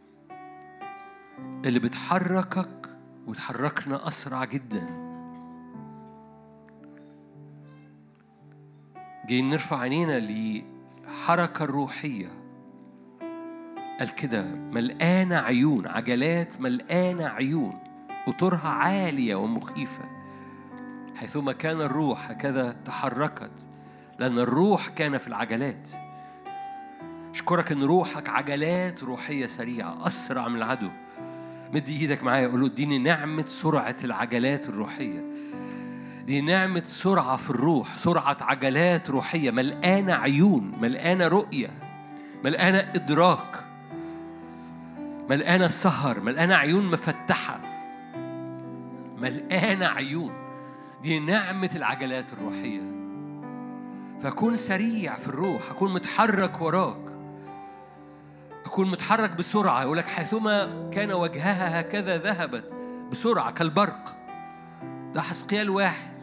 اللي بتحركك وتحركنا أسرع جدا. جايين نرفع عينينا لحركة الروحية الكده ملقانة عيون، عجلات ملقانة عيون أطرها عالية ومخيفة. حيثما كان الروح هكذا تحركت، لأن الروح كان في العجلات. أشكرك إن روحك عجلات روحية سريعة أسرع من العدو. مد ايدك معايا قول له اديني نعمة سرعة العجلات الروحية. دي نعمة سرعة في الروح، سرعة عجلات روحية ملقانة عيون، ملقانة رؤية، ملقانة إدراك، ملقانة سهر، ملقانة عيون مفتحة، ملقانة عيون. دي نعمة العجلات الروحية. فأكون سريع في الروح، أكون متحرك وراك، أكون متحرك بسرعة. يقولك حيثما كان وجهها هكذا ذهبت بسرعة كالبرق. ده حسقيال 1.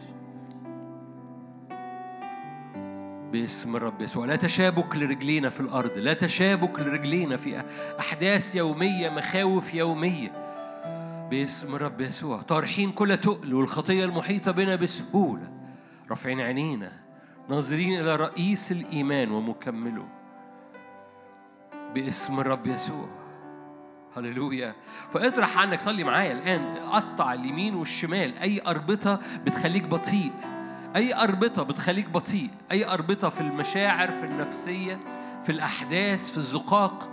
باسم الرب يسوع. لا تشابك لرجلينا في الأرض، لا تشابك لرجلينا في أحداث يومية، مخاوف يومية. باسم الرب يسوع. طارحين كل تقل والخطية المحيطة بنا بسهولة، رافعين عينينا ناظرين إلى رئيس الإيمان ومكمله باسم الرب يسوع. هللويا. فاطرح عنك، صلي معايا الآن، قطع اليمين والشمال أي أربطة بتخليك بطيء، أي أربطة بتخليك بطيء، أي أربطة في المشاعر، في النفسية، في الأحداث، في الزقاق.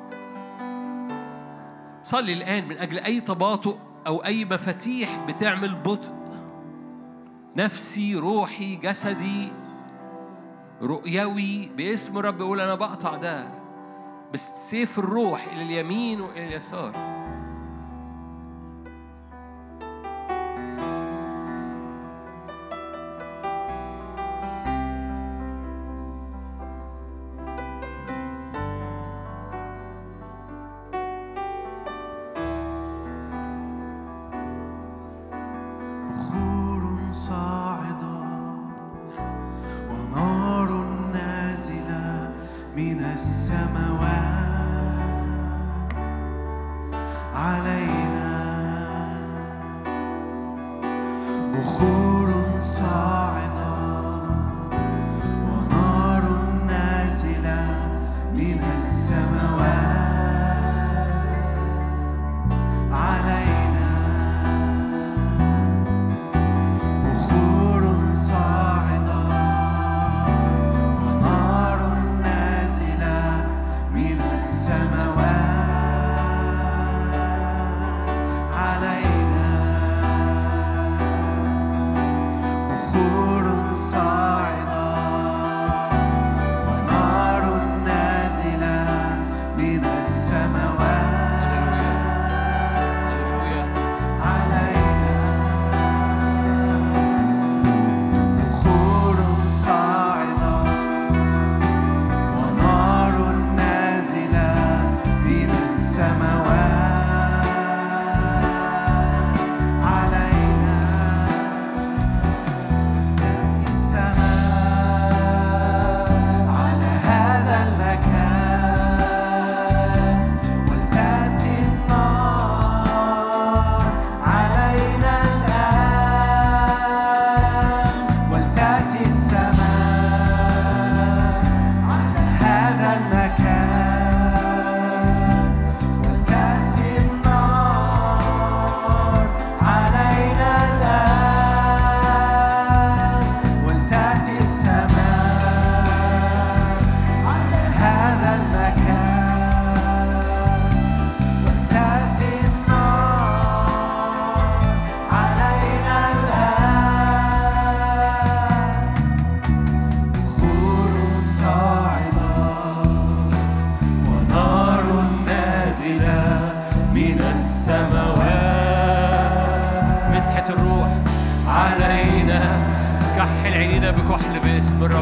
صلي الآن من أجل أي تباطؤ أو أي مفاتيح بتعمل بطء نفسي، روحي، جسدي، رؤيوي. باسم الرب يقول أنا بقطع ده بسيف الروح إلى اليمين وإلى اليسار.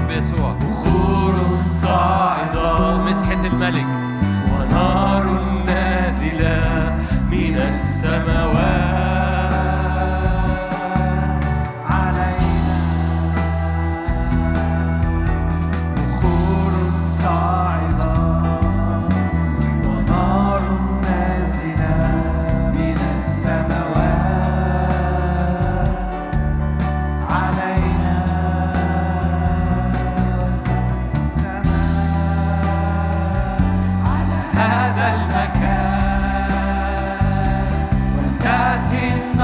الرب يسوع. بخور صاعدة مسحة الملك ونار نازلة من السماوات علينا. بخور صاعدة ونار نازلة من السماوات علينا. هذا المكان ولتأتي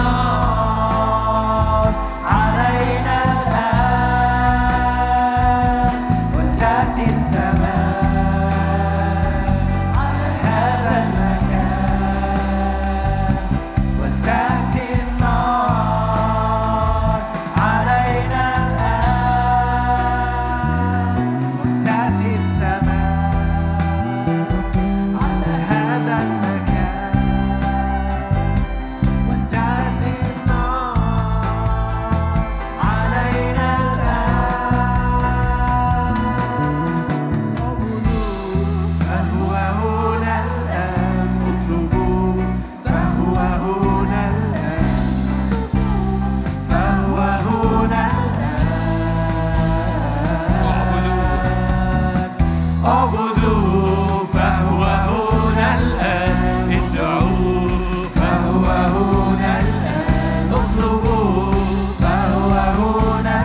النار علينا الآن ولتأتي السماء على هذا المكان ولتأتي النار علينا الآن ولتأتي السماء على هذا المكان ولتأتي النار علينا الآن. اطلبوا فهو هنا الآن. فهو هنا الآن. اعبدوا فهو هنا الآن. ادعوا فهو هنا الآن. اطلبوا فهو هنا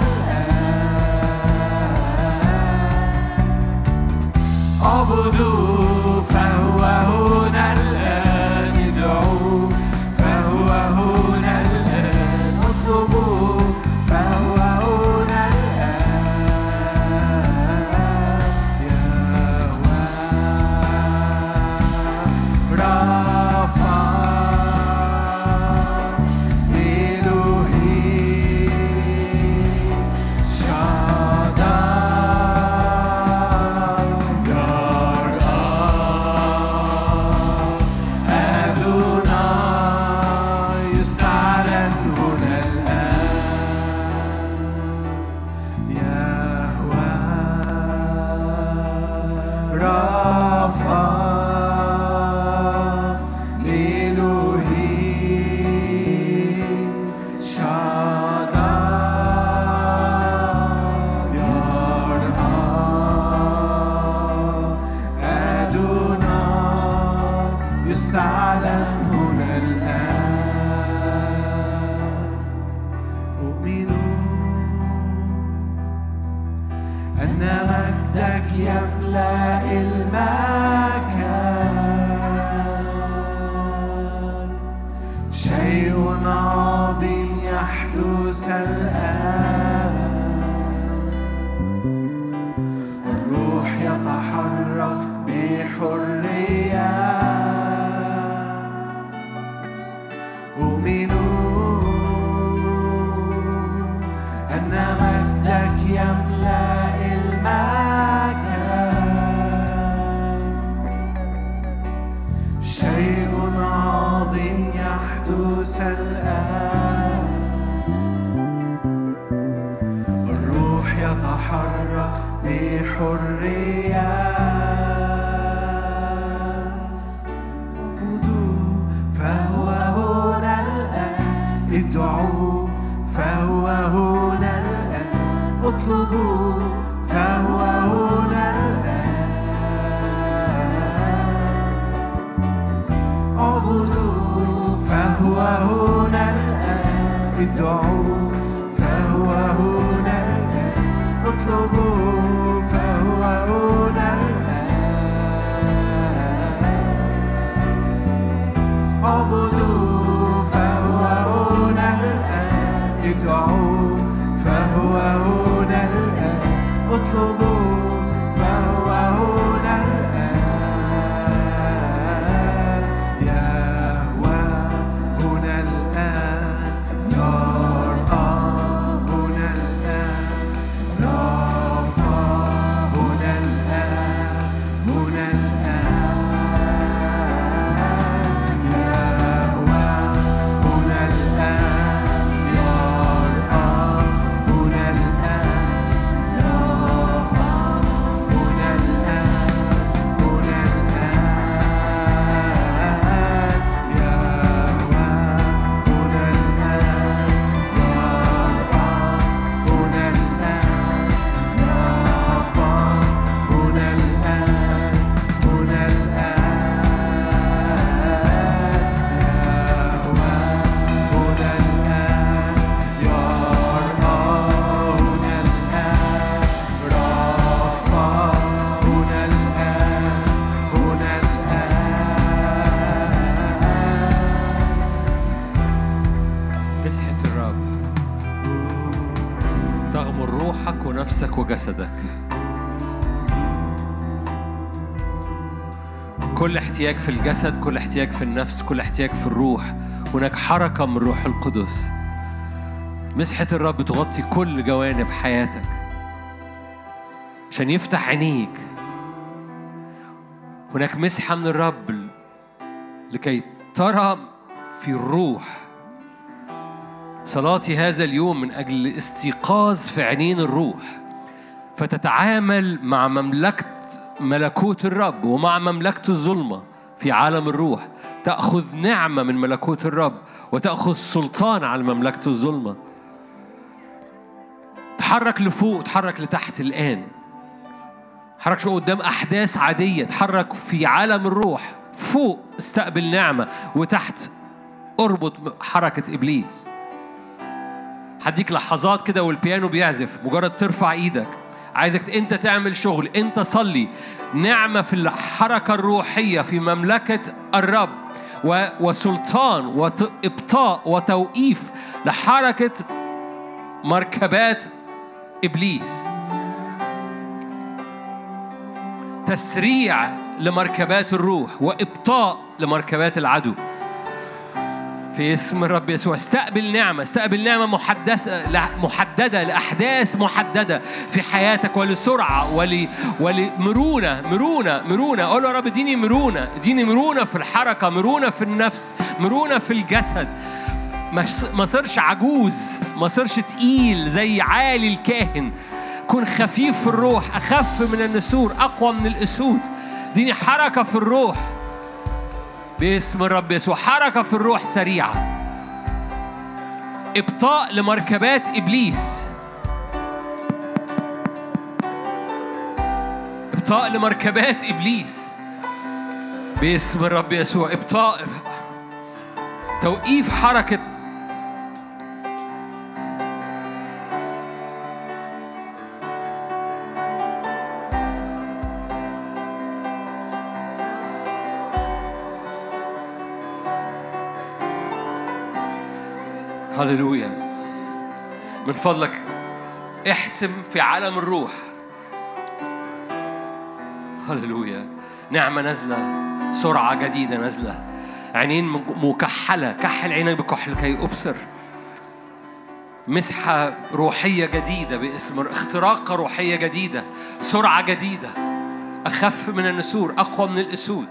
الآن. اعبدوا فهو هنا الآن. ادعوا فهو هنا الآن. اطلبوا فهو هنا الآن. يهوه رافع إلهي شاداي يرأى أدوناي يستعلن هنا الآن. يهوه رافع إلهي شاداي يرأى أدوناي يستعلن هنا الآن. أؤمن أن مجدك يملأ المكان. شيء عظيم يحدث الآن. الروح يتحرك بحرية. أؤمن أن مجدك يملأ المكان. شيء عظيم يحدث الآن. الروح يتحرك بحرية. اعبدوا فهو هنا الآن. ادعوا فهو هنا الآن. اطلبوا فهو هنا الآن. اعبدوا فهو هنا الآن. ادعوا فهو هنا الآن. اطلبوا فهو هنا الآن. اعبدوا فهو هنا الآن. ادعوا فهو هنا الآن. اطلبوا فهو هنا الآن. يهوه هنا الآن. يرأى هنا الآن. جسدك. كل احتياج في الجسد، كل احتياج في النفس، كل احتياج في الروح، هناك حركة من روح القدس. مسحة الرب تغطي كل جوانب حياتك عشان يفتح عينيك. هناك مسحة من الرب لكي ترى في الروح. صلاتي هذا اليوم من أجل الاستيقاظ في عينين الروح، فتتعامل مع ملكوت الرب ومع مملكة الظلمة في عالم الروح. تأخذ نعمة من ملكوت الرب وتأخذ سلطان على مملكة الظلمة. تحرك لفوق، تحرك لتحت الآن. تحرك شو قدام أحداث عادية، تحرك في عالم الروح. فوق استقبل نعمة، وتحت اربط حركة إبليس. هديك لحظات كده والبيانو بيعزف، مجرد ترفع إيدك. عايزك أنت تعمل شغل، أنت صلي نعمة في الحركة الروحية في مملكة الرب وسلطان وإبطاء وتوقيف لحركة مركبات إبليس. تسريع لمركبات الروح وإبطاء لمركبات العدو في اسم الرب يسوع. استقبل نعمة، استقبل نعمة محددة لأحداث محددة في حياتك، ولسرعة ولمرونة. مرونة. قول يا رب اديني مرونة، اديني مرونة في الحركة، مرونة في النفس، مرونة في الجسد. ما صرش عجوز، ما صرش تقيل زي عالي الكاهن. كن خفيف في الروح، أخف من النسور، أقوى من الأسود. اديني حركة في الروح باسم الرب يسوع. حركة في الروح سريعة، إبطاء لمركبات إبليس، إبطاء لمركبات إبليس باسم الرب يسوع. إبطاء، توقيف حركة. هللويا. من فضلك احسم في عالم الروح. هللويا. نعمة نازلة، سرعة جديدة نازلة. عينين مكحلة، كحل عينك بكحل كي أبصر. مسحة روحية جديدة باسم، اختراقة روحية جديدة، سرعة جديدة، أخف من النسور، أقوى من الأسود.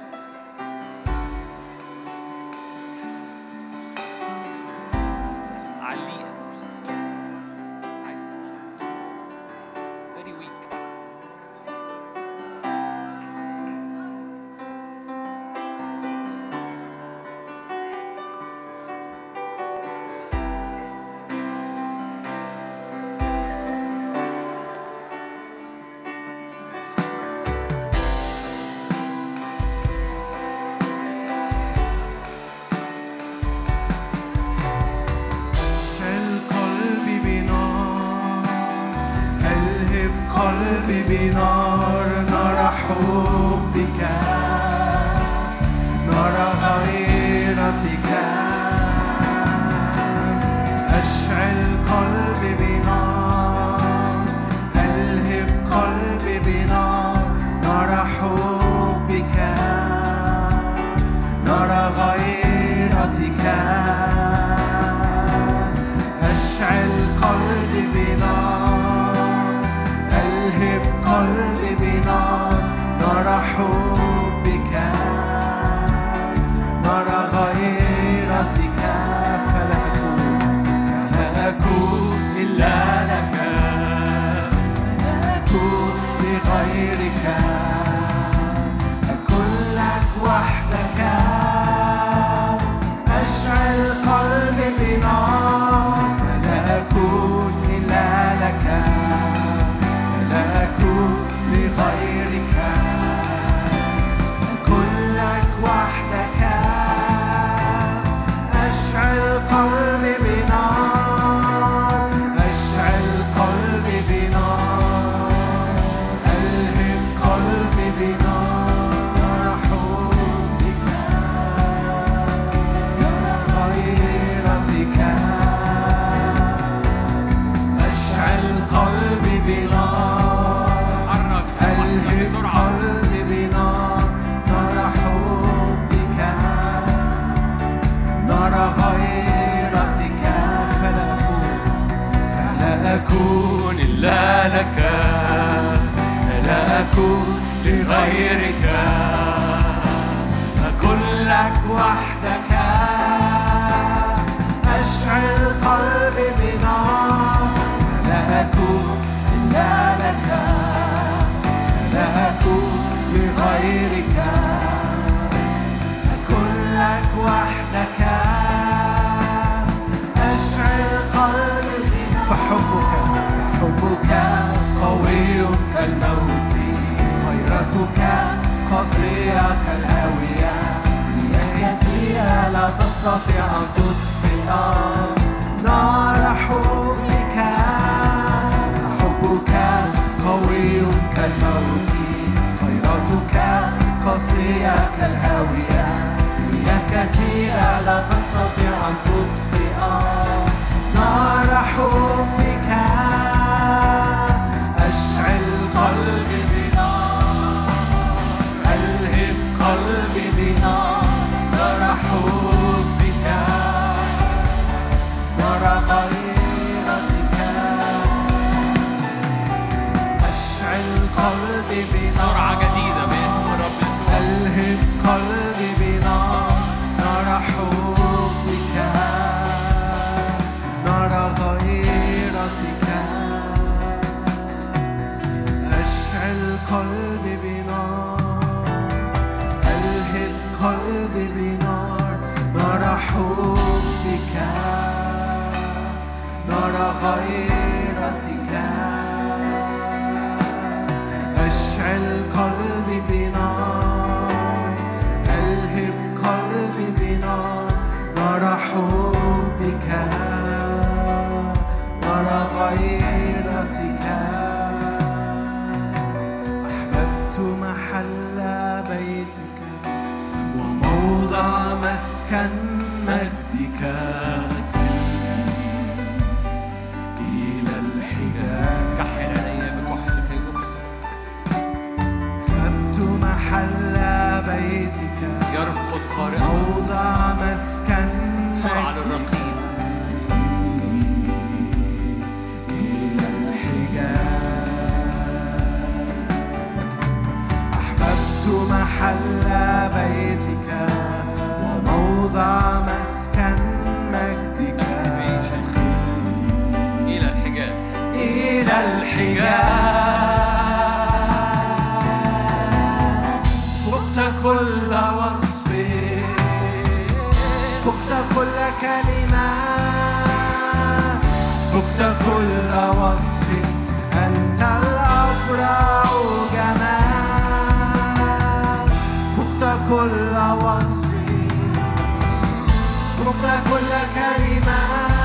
بك أكون لك وحدك أشعل قلبي فحبك قوي كالموت غيرتك قاسية كالهاوية مياه كثيرة لا تستطيع أن تطفئ نار حبك فحبك قوي كالموت غيرتك قاسية كالهاوية مياه كثيرة لا تستطيع أن تطفئ نار حبك أشعل قلبي بنار ألهب قلبي بنار نار حبك نار غيرتك أشعل قلبي بنار سرعة جديدة باسم رب يسوع ألهب قلبي بنار نار حبك نار غيرتك أشعل قلبي بنار ألهب قلبي بنار نار حبك نار غيرتك أشعل قلبي بنار ألهب قلبي بنار نار حبك نار غيرتك أحببت محل بيتك وموضع مسكن مجدك إلى الحجاب كحل عيني بكحل كي يبصر أحببت محل بيتك يرقد قارئا موضع مسكن سرعة للرقيب إلى الحجاب أحببت محل بيتك وموضع مسكن مجدك إلى الحجاب إلى الحجاب فقت كل وصف فقت كل كلمة فقت كل وصف أنت الأبرع جمال فقت كل وصف فقت كل كلمة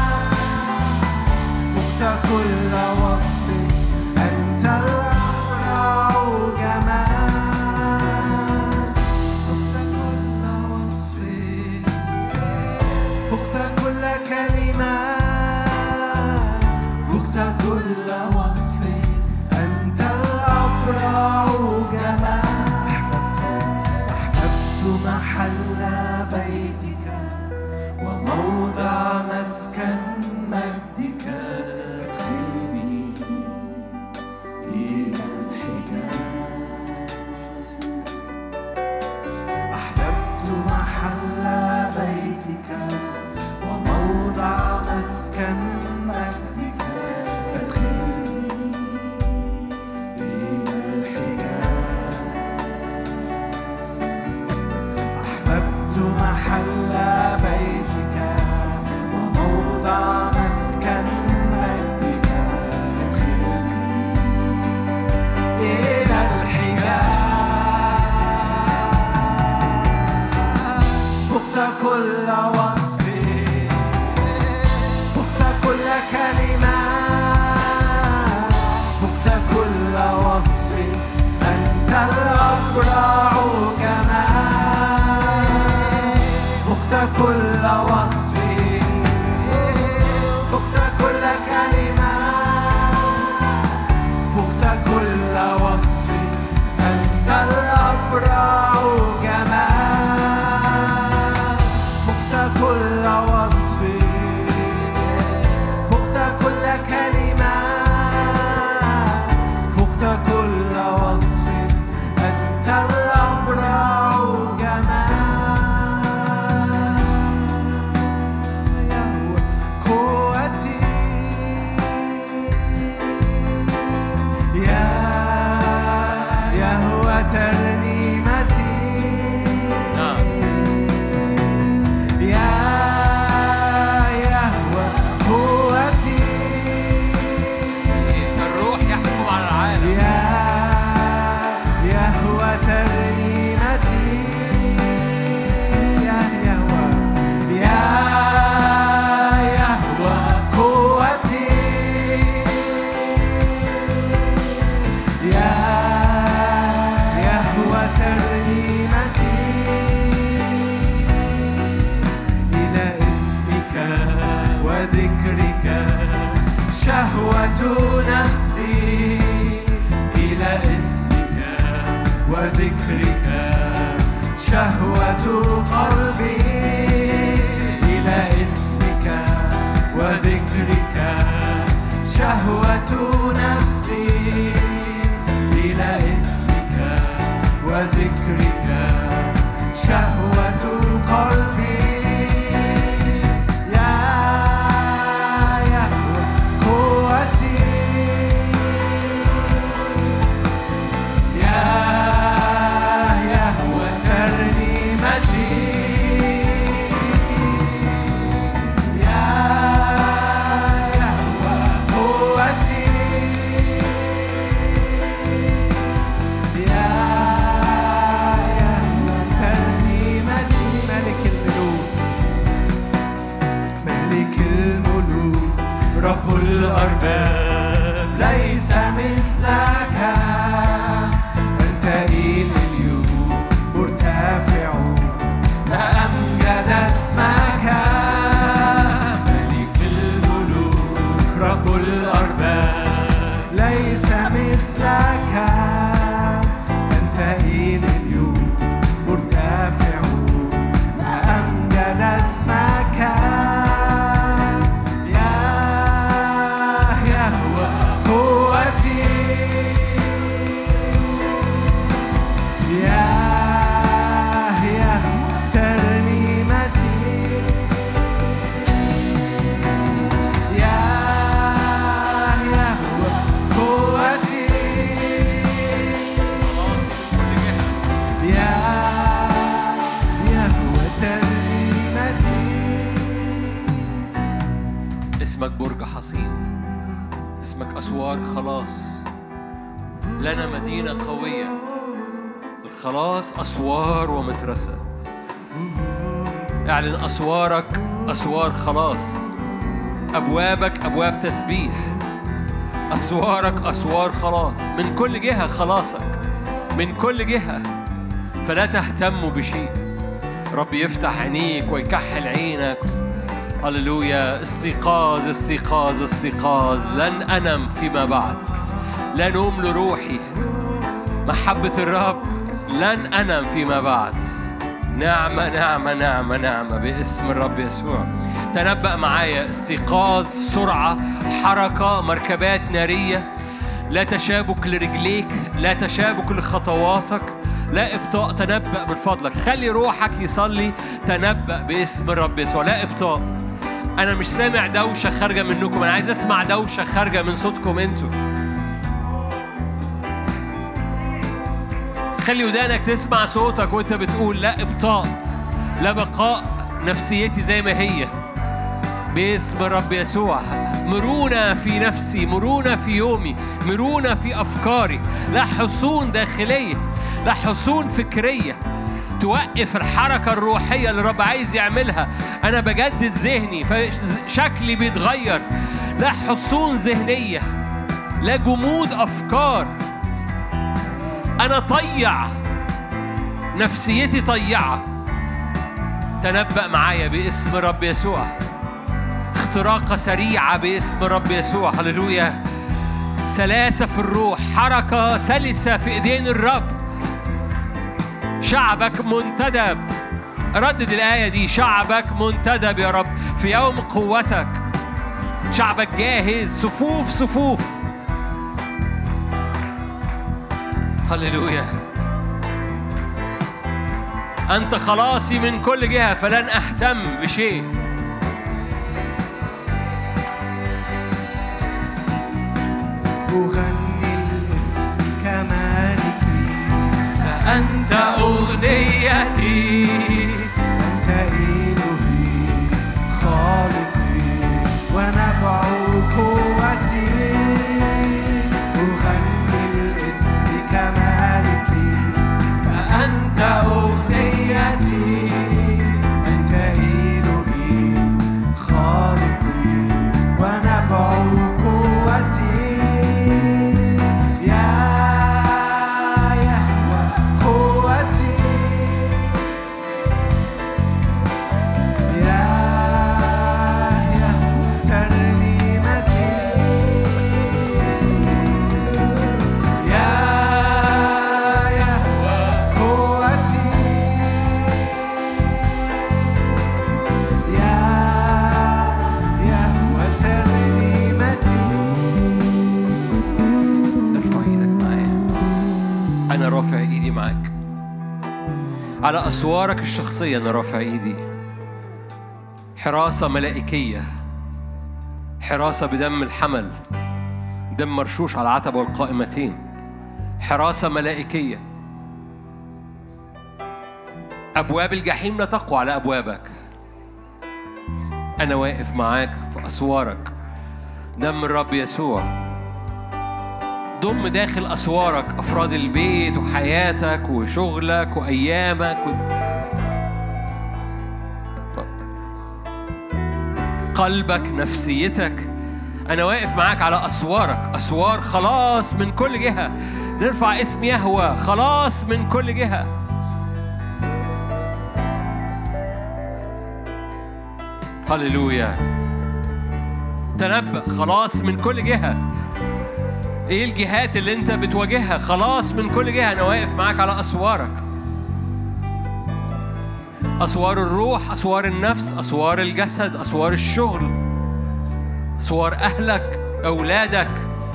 فقت كل وصف أنت الأبرع جمال فقت كل وصف فقت كل كلمة فقت كل وصف أنت الأبرع جمال أحببت محل بيتك وموضع مسكن مجدك أدخلني إلى الحجاب أحببت محل بيتك وموضع مسكن مجدك أدخلني إلى الحجاب أحببت قلبي إلى اسمك وذكرك، شهوة نفسي إلى اسمك وذكرك، شهوة قلبي يا يهوه قوتي، يا يهوه ترنيمتي، يا يهوه قوتي، يا يهوه ترنيمتي. ملك الملوك، ملك الملوك، رب الأرباب، ليس مثلك، أنت اليوم مرتفع، لا أمجد اسمك. ملك الملوك، رب الأرباب، ليس مثلك، أنت اليوم مرتفع، لا أمجد اسمك. يا يهوه قوتي، يا يهوه ترنيمتي، يا يهوه قوتي، يا يهوه ترنيمتي. اسمك برج حصين، اسمك أسوار خلاص، لنا مدينة قوية، الخلاص أسوار ومترسة. اعلن أسوارك أسوار خلاص، أبوابك أبواب تسبيح، أسوارك أسوار خلاص، من كل جهة خلاصك، من كل جهة، فلا تهتموا بشيء. رب يفتح عينيك ويكحل عينك. هللويا. استيقاظ استيقاظ استيقاظ، لن أنم فيما بعد، لا نوم لروحي، محبة الرب، لن أنم فيما بعد. نعمة نعمة نعمة نعمة باسم الرب يسوع. تنبأ معايا. استيقاظ، سرعة، حركة، مركبات نارية، لا تشابك لرجليك، لا تشابك لخطواتك، لا إبطاء. تنبأ من فضلك، خلي روحك يصلي. تنبأ باسم الرب يسوع، لا إبطاء. أنا مش سامع دوشة خارجة منكم، أنا عايز أسمع دوشة خارجة من صوتكم أنتوا. خلي ودانك تسمع صوتك وأنت بتقول لا إبطاء، لا بقاء، نفسيتي زي ما هي باسم الرب يسوع. مرونة في نفسي، مرونة في يومي، مرونة في أفكاري، لا حصون داخلية، لا حصون فكرية توقف الحركة الروحية اللي الرب عايز يعملها. أنا بجدد ذهني فشكلي بيتغير. لا حصون ذهنية، لا جمود أفكار. أنا طيع، نفسيتي طيعة. تنبأ معايا باسم رب يسوع. اختراقة سريعة باسم رب يسوع. هللويا. سلاسة في الروح، حركة سلسة في إيدين الرب. شعبك منتدب. ردد الآية دي. شعبك منتدب يا رب في يوم قوتك. شعبك جاهز، صفوف صفوف. هللويا. أنت خلاصي من كل جهة، فلن أهتم بشيء. أغني لاسمك مالكي، فأنت أغنيتي، أنت إلهي خالقي ونبع قوتي. أغني لاسمك مالكي، فأنت أغنيتي، أنت إلهي خالقي ونبع قوتي. يا يهوه قوتي، على أسوارك الشخصية أنا رافع إيدي. حراسة ملائكية، حراسة بدم الحمل، دم مرشوش على العتبة والقائمتين، حراسة ملائكية. أبواب الجحيم لا تقوى على أبوابك. أنا واقف معاك في أسوارك. دم الرب يسوع ضم داخل أسوارك أفراد البيت وحياتك وشغلك وأيامك قلبك، نفسيتك. أنا واقف معاك على أسوارك، أسوار خلاص من كل جهة. نرفع اسم يهوه، خلاص من كل جهة. هللويا. تنبأ خلاص من كل جهة. ايه الجهات اللي انت بتواجهها؟ خلاص من كل جهة. انا واقف معاك على أسوارك، أسوار الروح، أسوار النفس، أسوار الجسد، أسوار الشغل، أسوار أهلك، أولادك.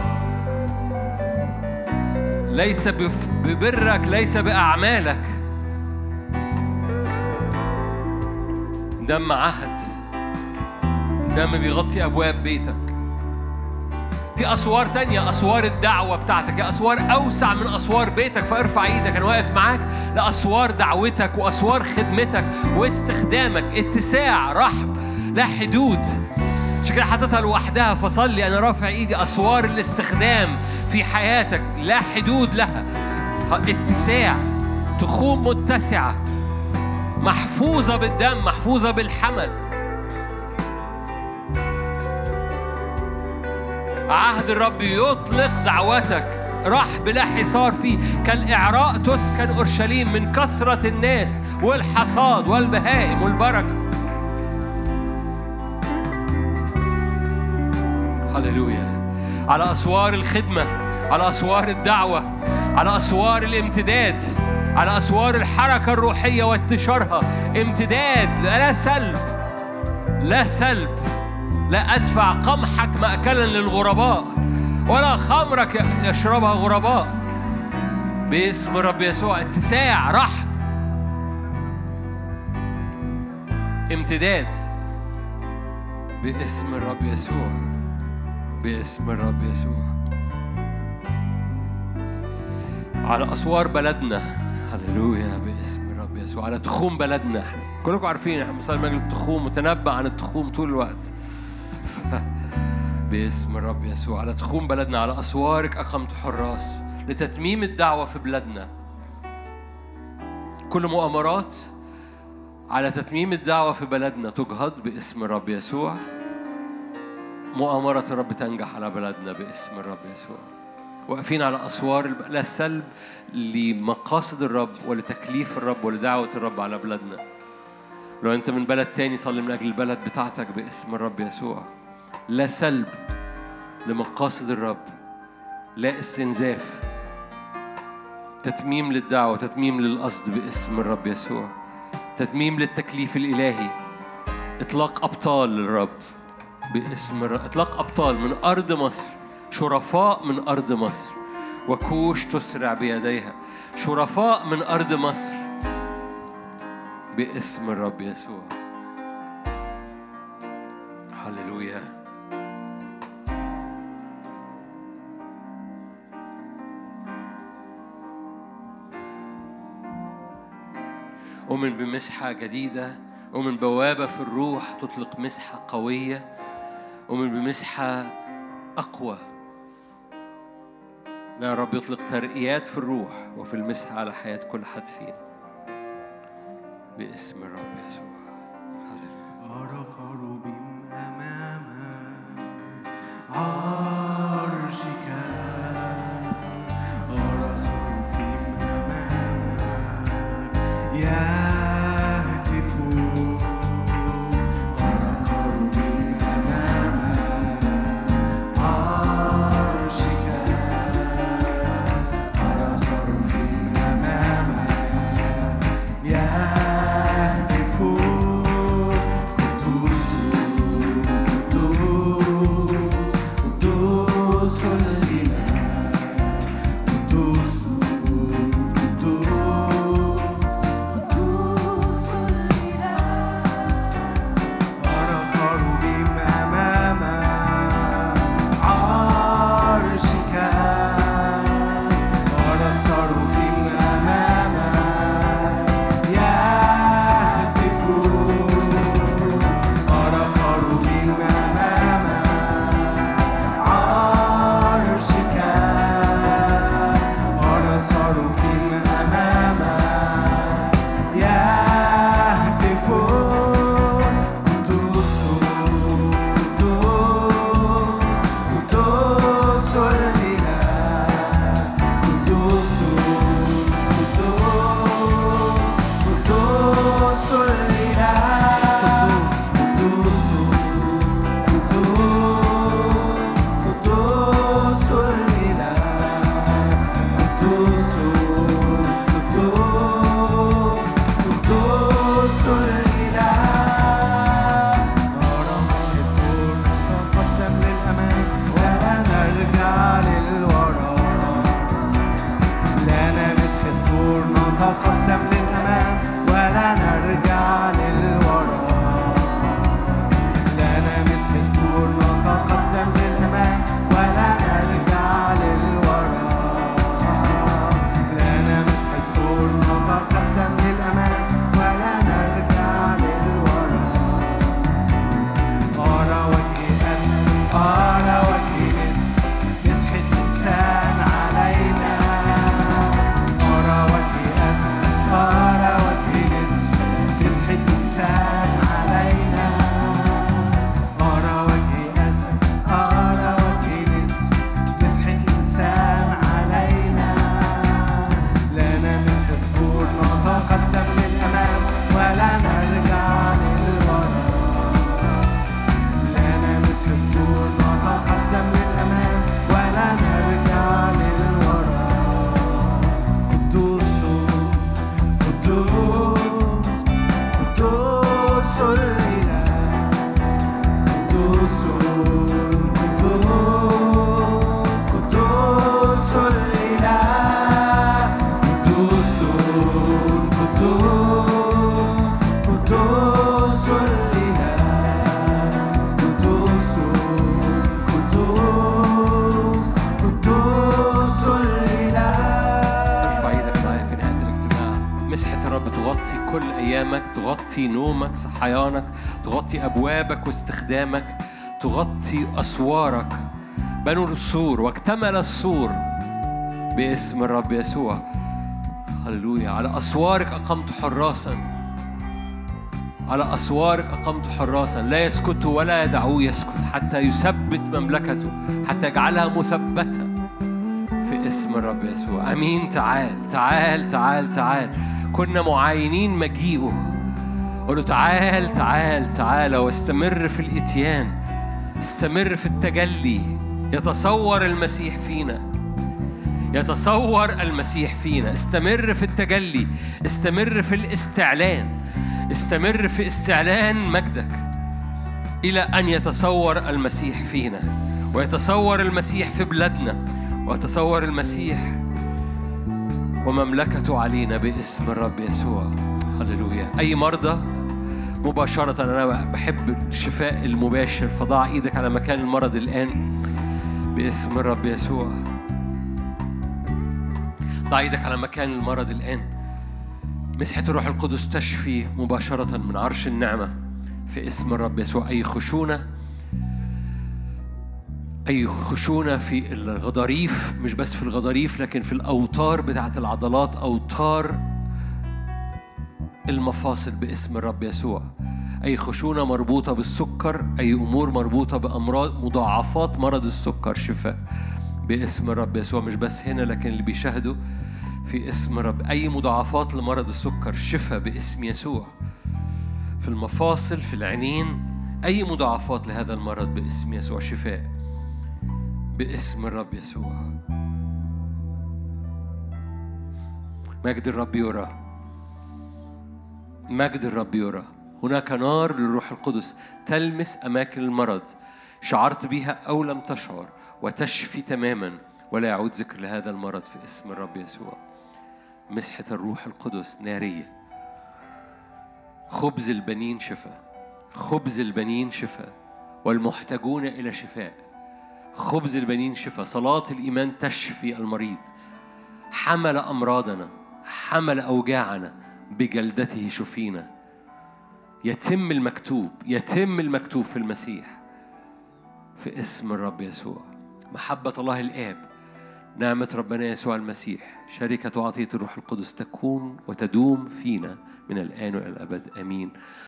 ليس ببرك، ليس بأعمالك. دم عهد، دم بيغطي أبواب بيتك. في أسوار تانية، أسوار الدعوة بتاعتك، يا أسوار أوسع من أسوار بيتك. فارفع إيدك، أنا واقف معاك لأسوار دعوتك وأسوار خدمتك واستخدامك. اتساع، رحب، لا حدود. عشان كده حطيتها لوحدها فصلي. أنا رافع إيدي. أسوار الاستخدام في حياتك لا حدود لها. اتساع، تخوم متسعة، محفوظة بالدم، محفوظة بالحمل. عهد الرب يطلق دعوتك. رحب لا حصار فيه، كالإعراء تسكن أورشليم من كثرة الناس والحصاد والبهائم والبركة. هللويا. على أسوار الخدمة، على أسوار الدعوة، على أسوار الامتداد، على أسوار الحركة الروحية وانتشارها. امتداد، لا سلب، لا سلب. لا أدفع قمحك مأكلا للغرباء، ولا خمرك يشربها غرباء. باسم الرب يسوع. اتساع، رحب، امتداد. باسم الرب يسوع، باسم الرب يسوع. على أسوار بلدنا. هللويا. باسم الرب يسوع. على تخوم بلدنا. كلكم عارفين احنا بنصلي مجلس التخوم وتنبأ عن التخوم طول الوقت. باسم الرب يسوع. على تخوم بلدنا، على أسوارك أقمت حراس لتتميم الدعوة في بلادنا. كل مؤامرات على تتميم الدعوة في بلدنا تجهض باسم الرب يسوع. مؤامرة الرب تنجح على بلدنا باسم الرب يسوع. واقفين على أسوار لا سلب لمقاصد الرب ولتكليف الرب ولدعوة الرب على بلادنا. لو أنت من بلد تاني صلي من أجل البلد بتاعتك باسم الرب يسوع. لا سلب لمقاصد الرب، لا استنزاف. تتميم للدعوة، تتميم للقصد باسم الرب يسوع. تتميم للتكليف الإلهي. إطلاق أبطال للرب باسم الرب. إطلاق أبطال من أرض مصر، شرفاء من أرض مصر، وكوش تسرع بيديها. شرفاء من أرض مصر باسم الرب يسوع. هللويا. أؤمن بمسحة جديدة، أؤمن بوابة في الروح تطلق مسحة قوية، أؤمن بمسحة أقوى. لا، رب يطلق ترقيات في الروح وفي المسحة على حياة كل حد فينا باسم الرب يسوع. أرى كروبيم أمام عرشك، أرى صرفيم أمامك يهتفون. أرى كروبيم أمام عرشك، أرى صرفيم أمامك يهتفون. قدوس قدوس قدوس تغطي كل أيامك، تغطي نومك، صحيانك، تغطي أبوابك واستخدامك، تغطي أسوارك. بنوا السور واكتمل السور باسم الرب يسوع. هللويا. على أسوارك أقمت حراسا، على أسوارك أقمت حراسا لا يسكت ولا يدعوه يسكت حتى يثبت مملكته، حتى يجعلها مثبتة في اسم الرب يسوع. أمين. تعال تعال تعال تعال. كنا معاينين مجيئه. قولوا تعال تعال تعال واستمر في الإتيان، استمر في التجلي. يتصور المسيح فينا، يتصور المسيح فينا. استمر في التجلي، استمر في الاستعلان، استمر في استعلان مجدك إلى أن يتصور المسيح فينا، ويتصور المسيح في بلادنا، ويتصور المسيح ومملكته علينا باسم الرب يسوع. هللويا. أي مرضى مباشرة، أنا بحب الشفاء المباشر، فضع إيدك على مكان المرض الآن باسم الرب يسوع. ضع إيدك على مكان المرض الآن. مسحة الروح القدس تشفي مباشرة من عرش النعمة في اسم الرب يسوع. أي خشونة، أي خشونة في الغضاريف، مش بس في الغضاريف لكن في الأوتار بتاعة العضلات، أوتار المفاصل باسم الرب يسوع. أي خشونة مربوطة بالسكر، أي أمور مربوطة بأمراض مضاعفات مرض السكر، شفاء باسم الرب يسوع. مش بس هنا لكن اللي بيشاهدوا في اسم الرب. أي مضاعفات لمرض السكر، شفاء باسم يسوع. في المفاصل، في العينين، أي مضاعفات لهذا المرض باسم يسوع، شفاء باسم الرب يسوع. مجد الرب يرى، مجد الرب يرى. هناك نار للروح القدس تلمس أماكن المرض، شعرت بها أو لم تشعر، وتشفي تماما ولا يعود ذكر لهذا المرض في اسم الرب يسوع. مسحة الروح القدس نارية. خبز البنين شفاء، خبز البنين شفاء، والمحتاجون إلى شفاء. خبز البنين شفاء. صلاة الإيمان تشفي المريض. حمل أمراضنا، حمل أوجاعنا، بجلدته شفينا. يتم المكتوب، يتم المكتوب في المسيح في اسم الرب يسوع. محبة الله الآب، نعمة ربنا يسوع المسيح، شركة وعطية الروح القدس تكون وتدوم فينا من الآن وإلى الأبد. آمين.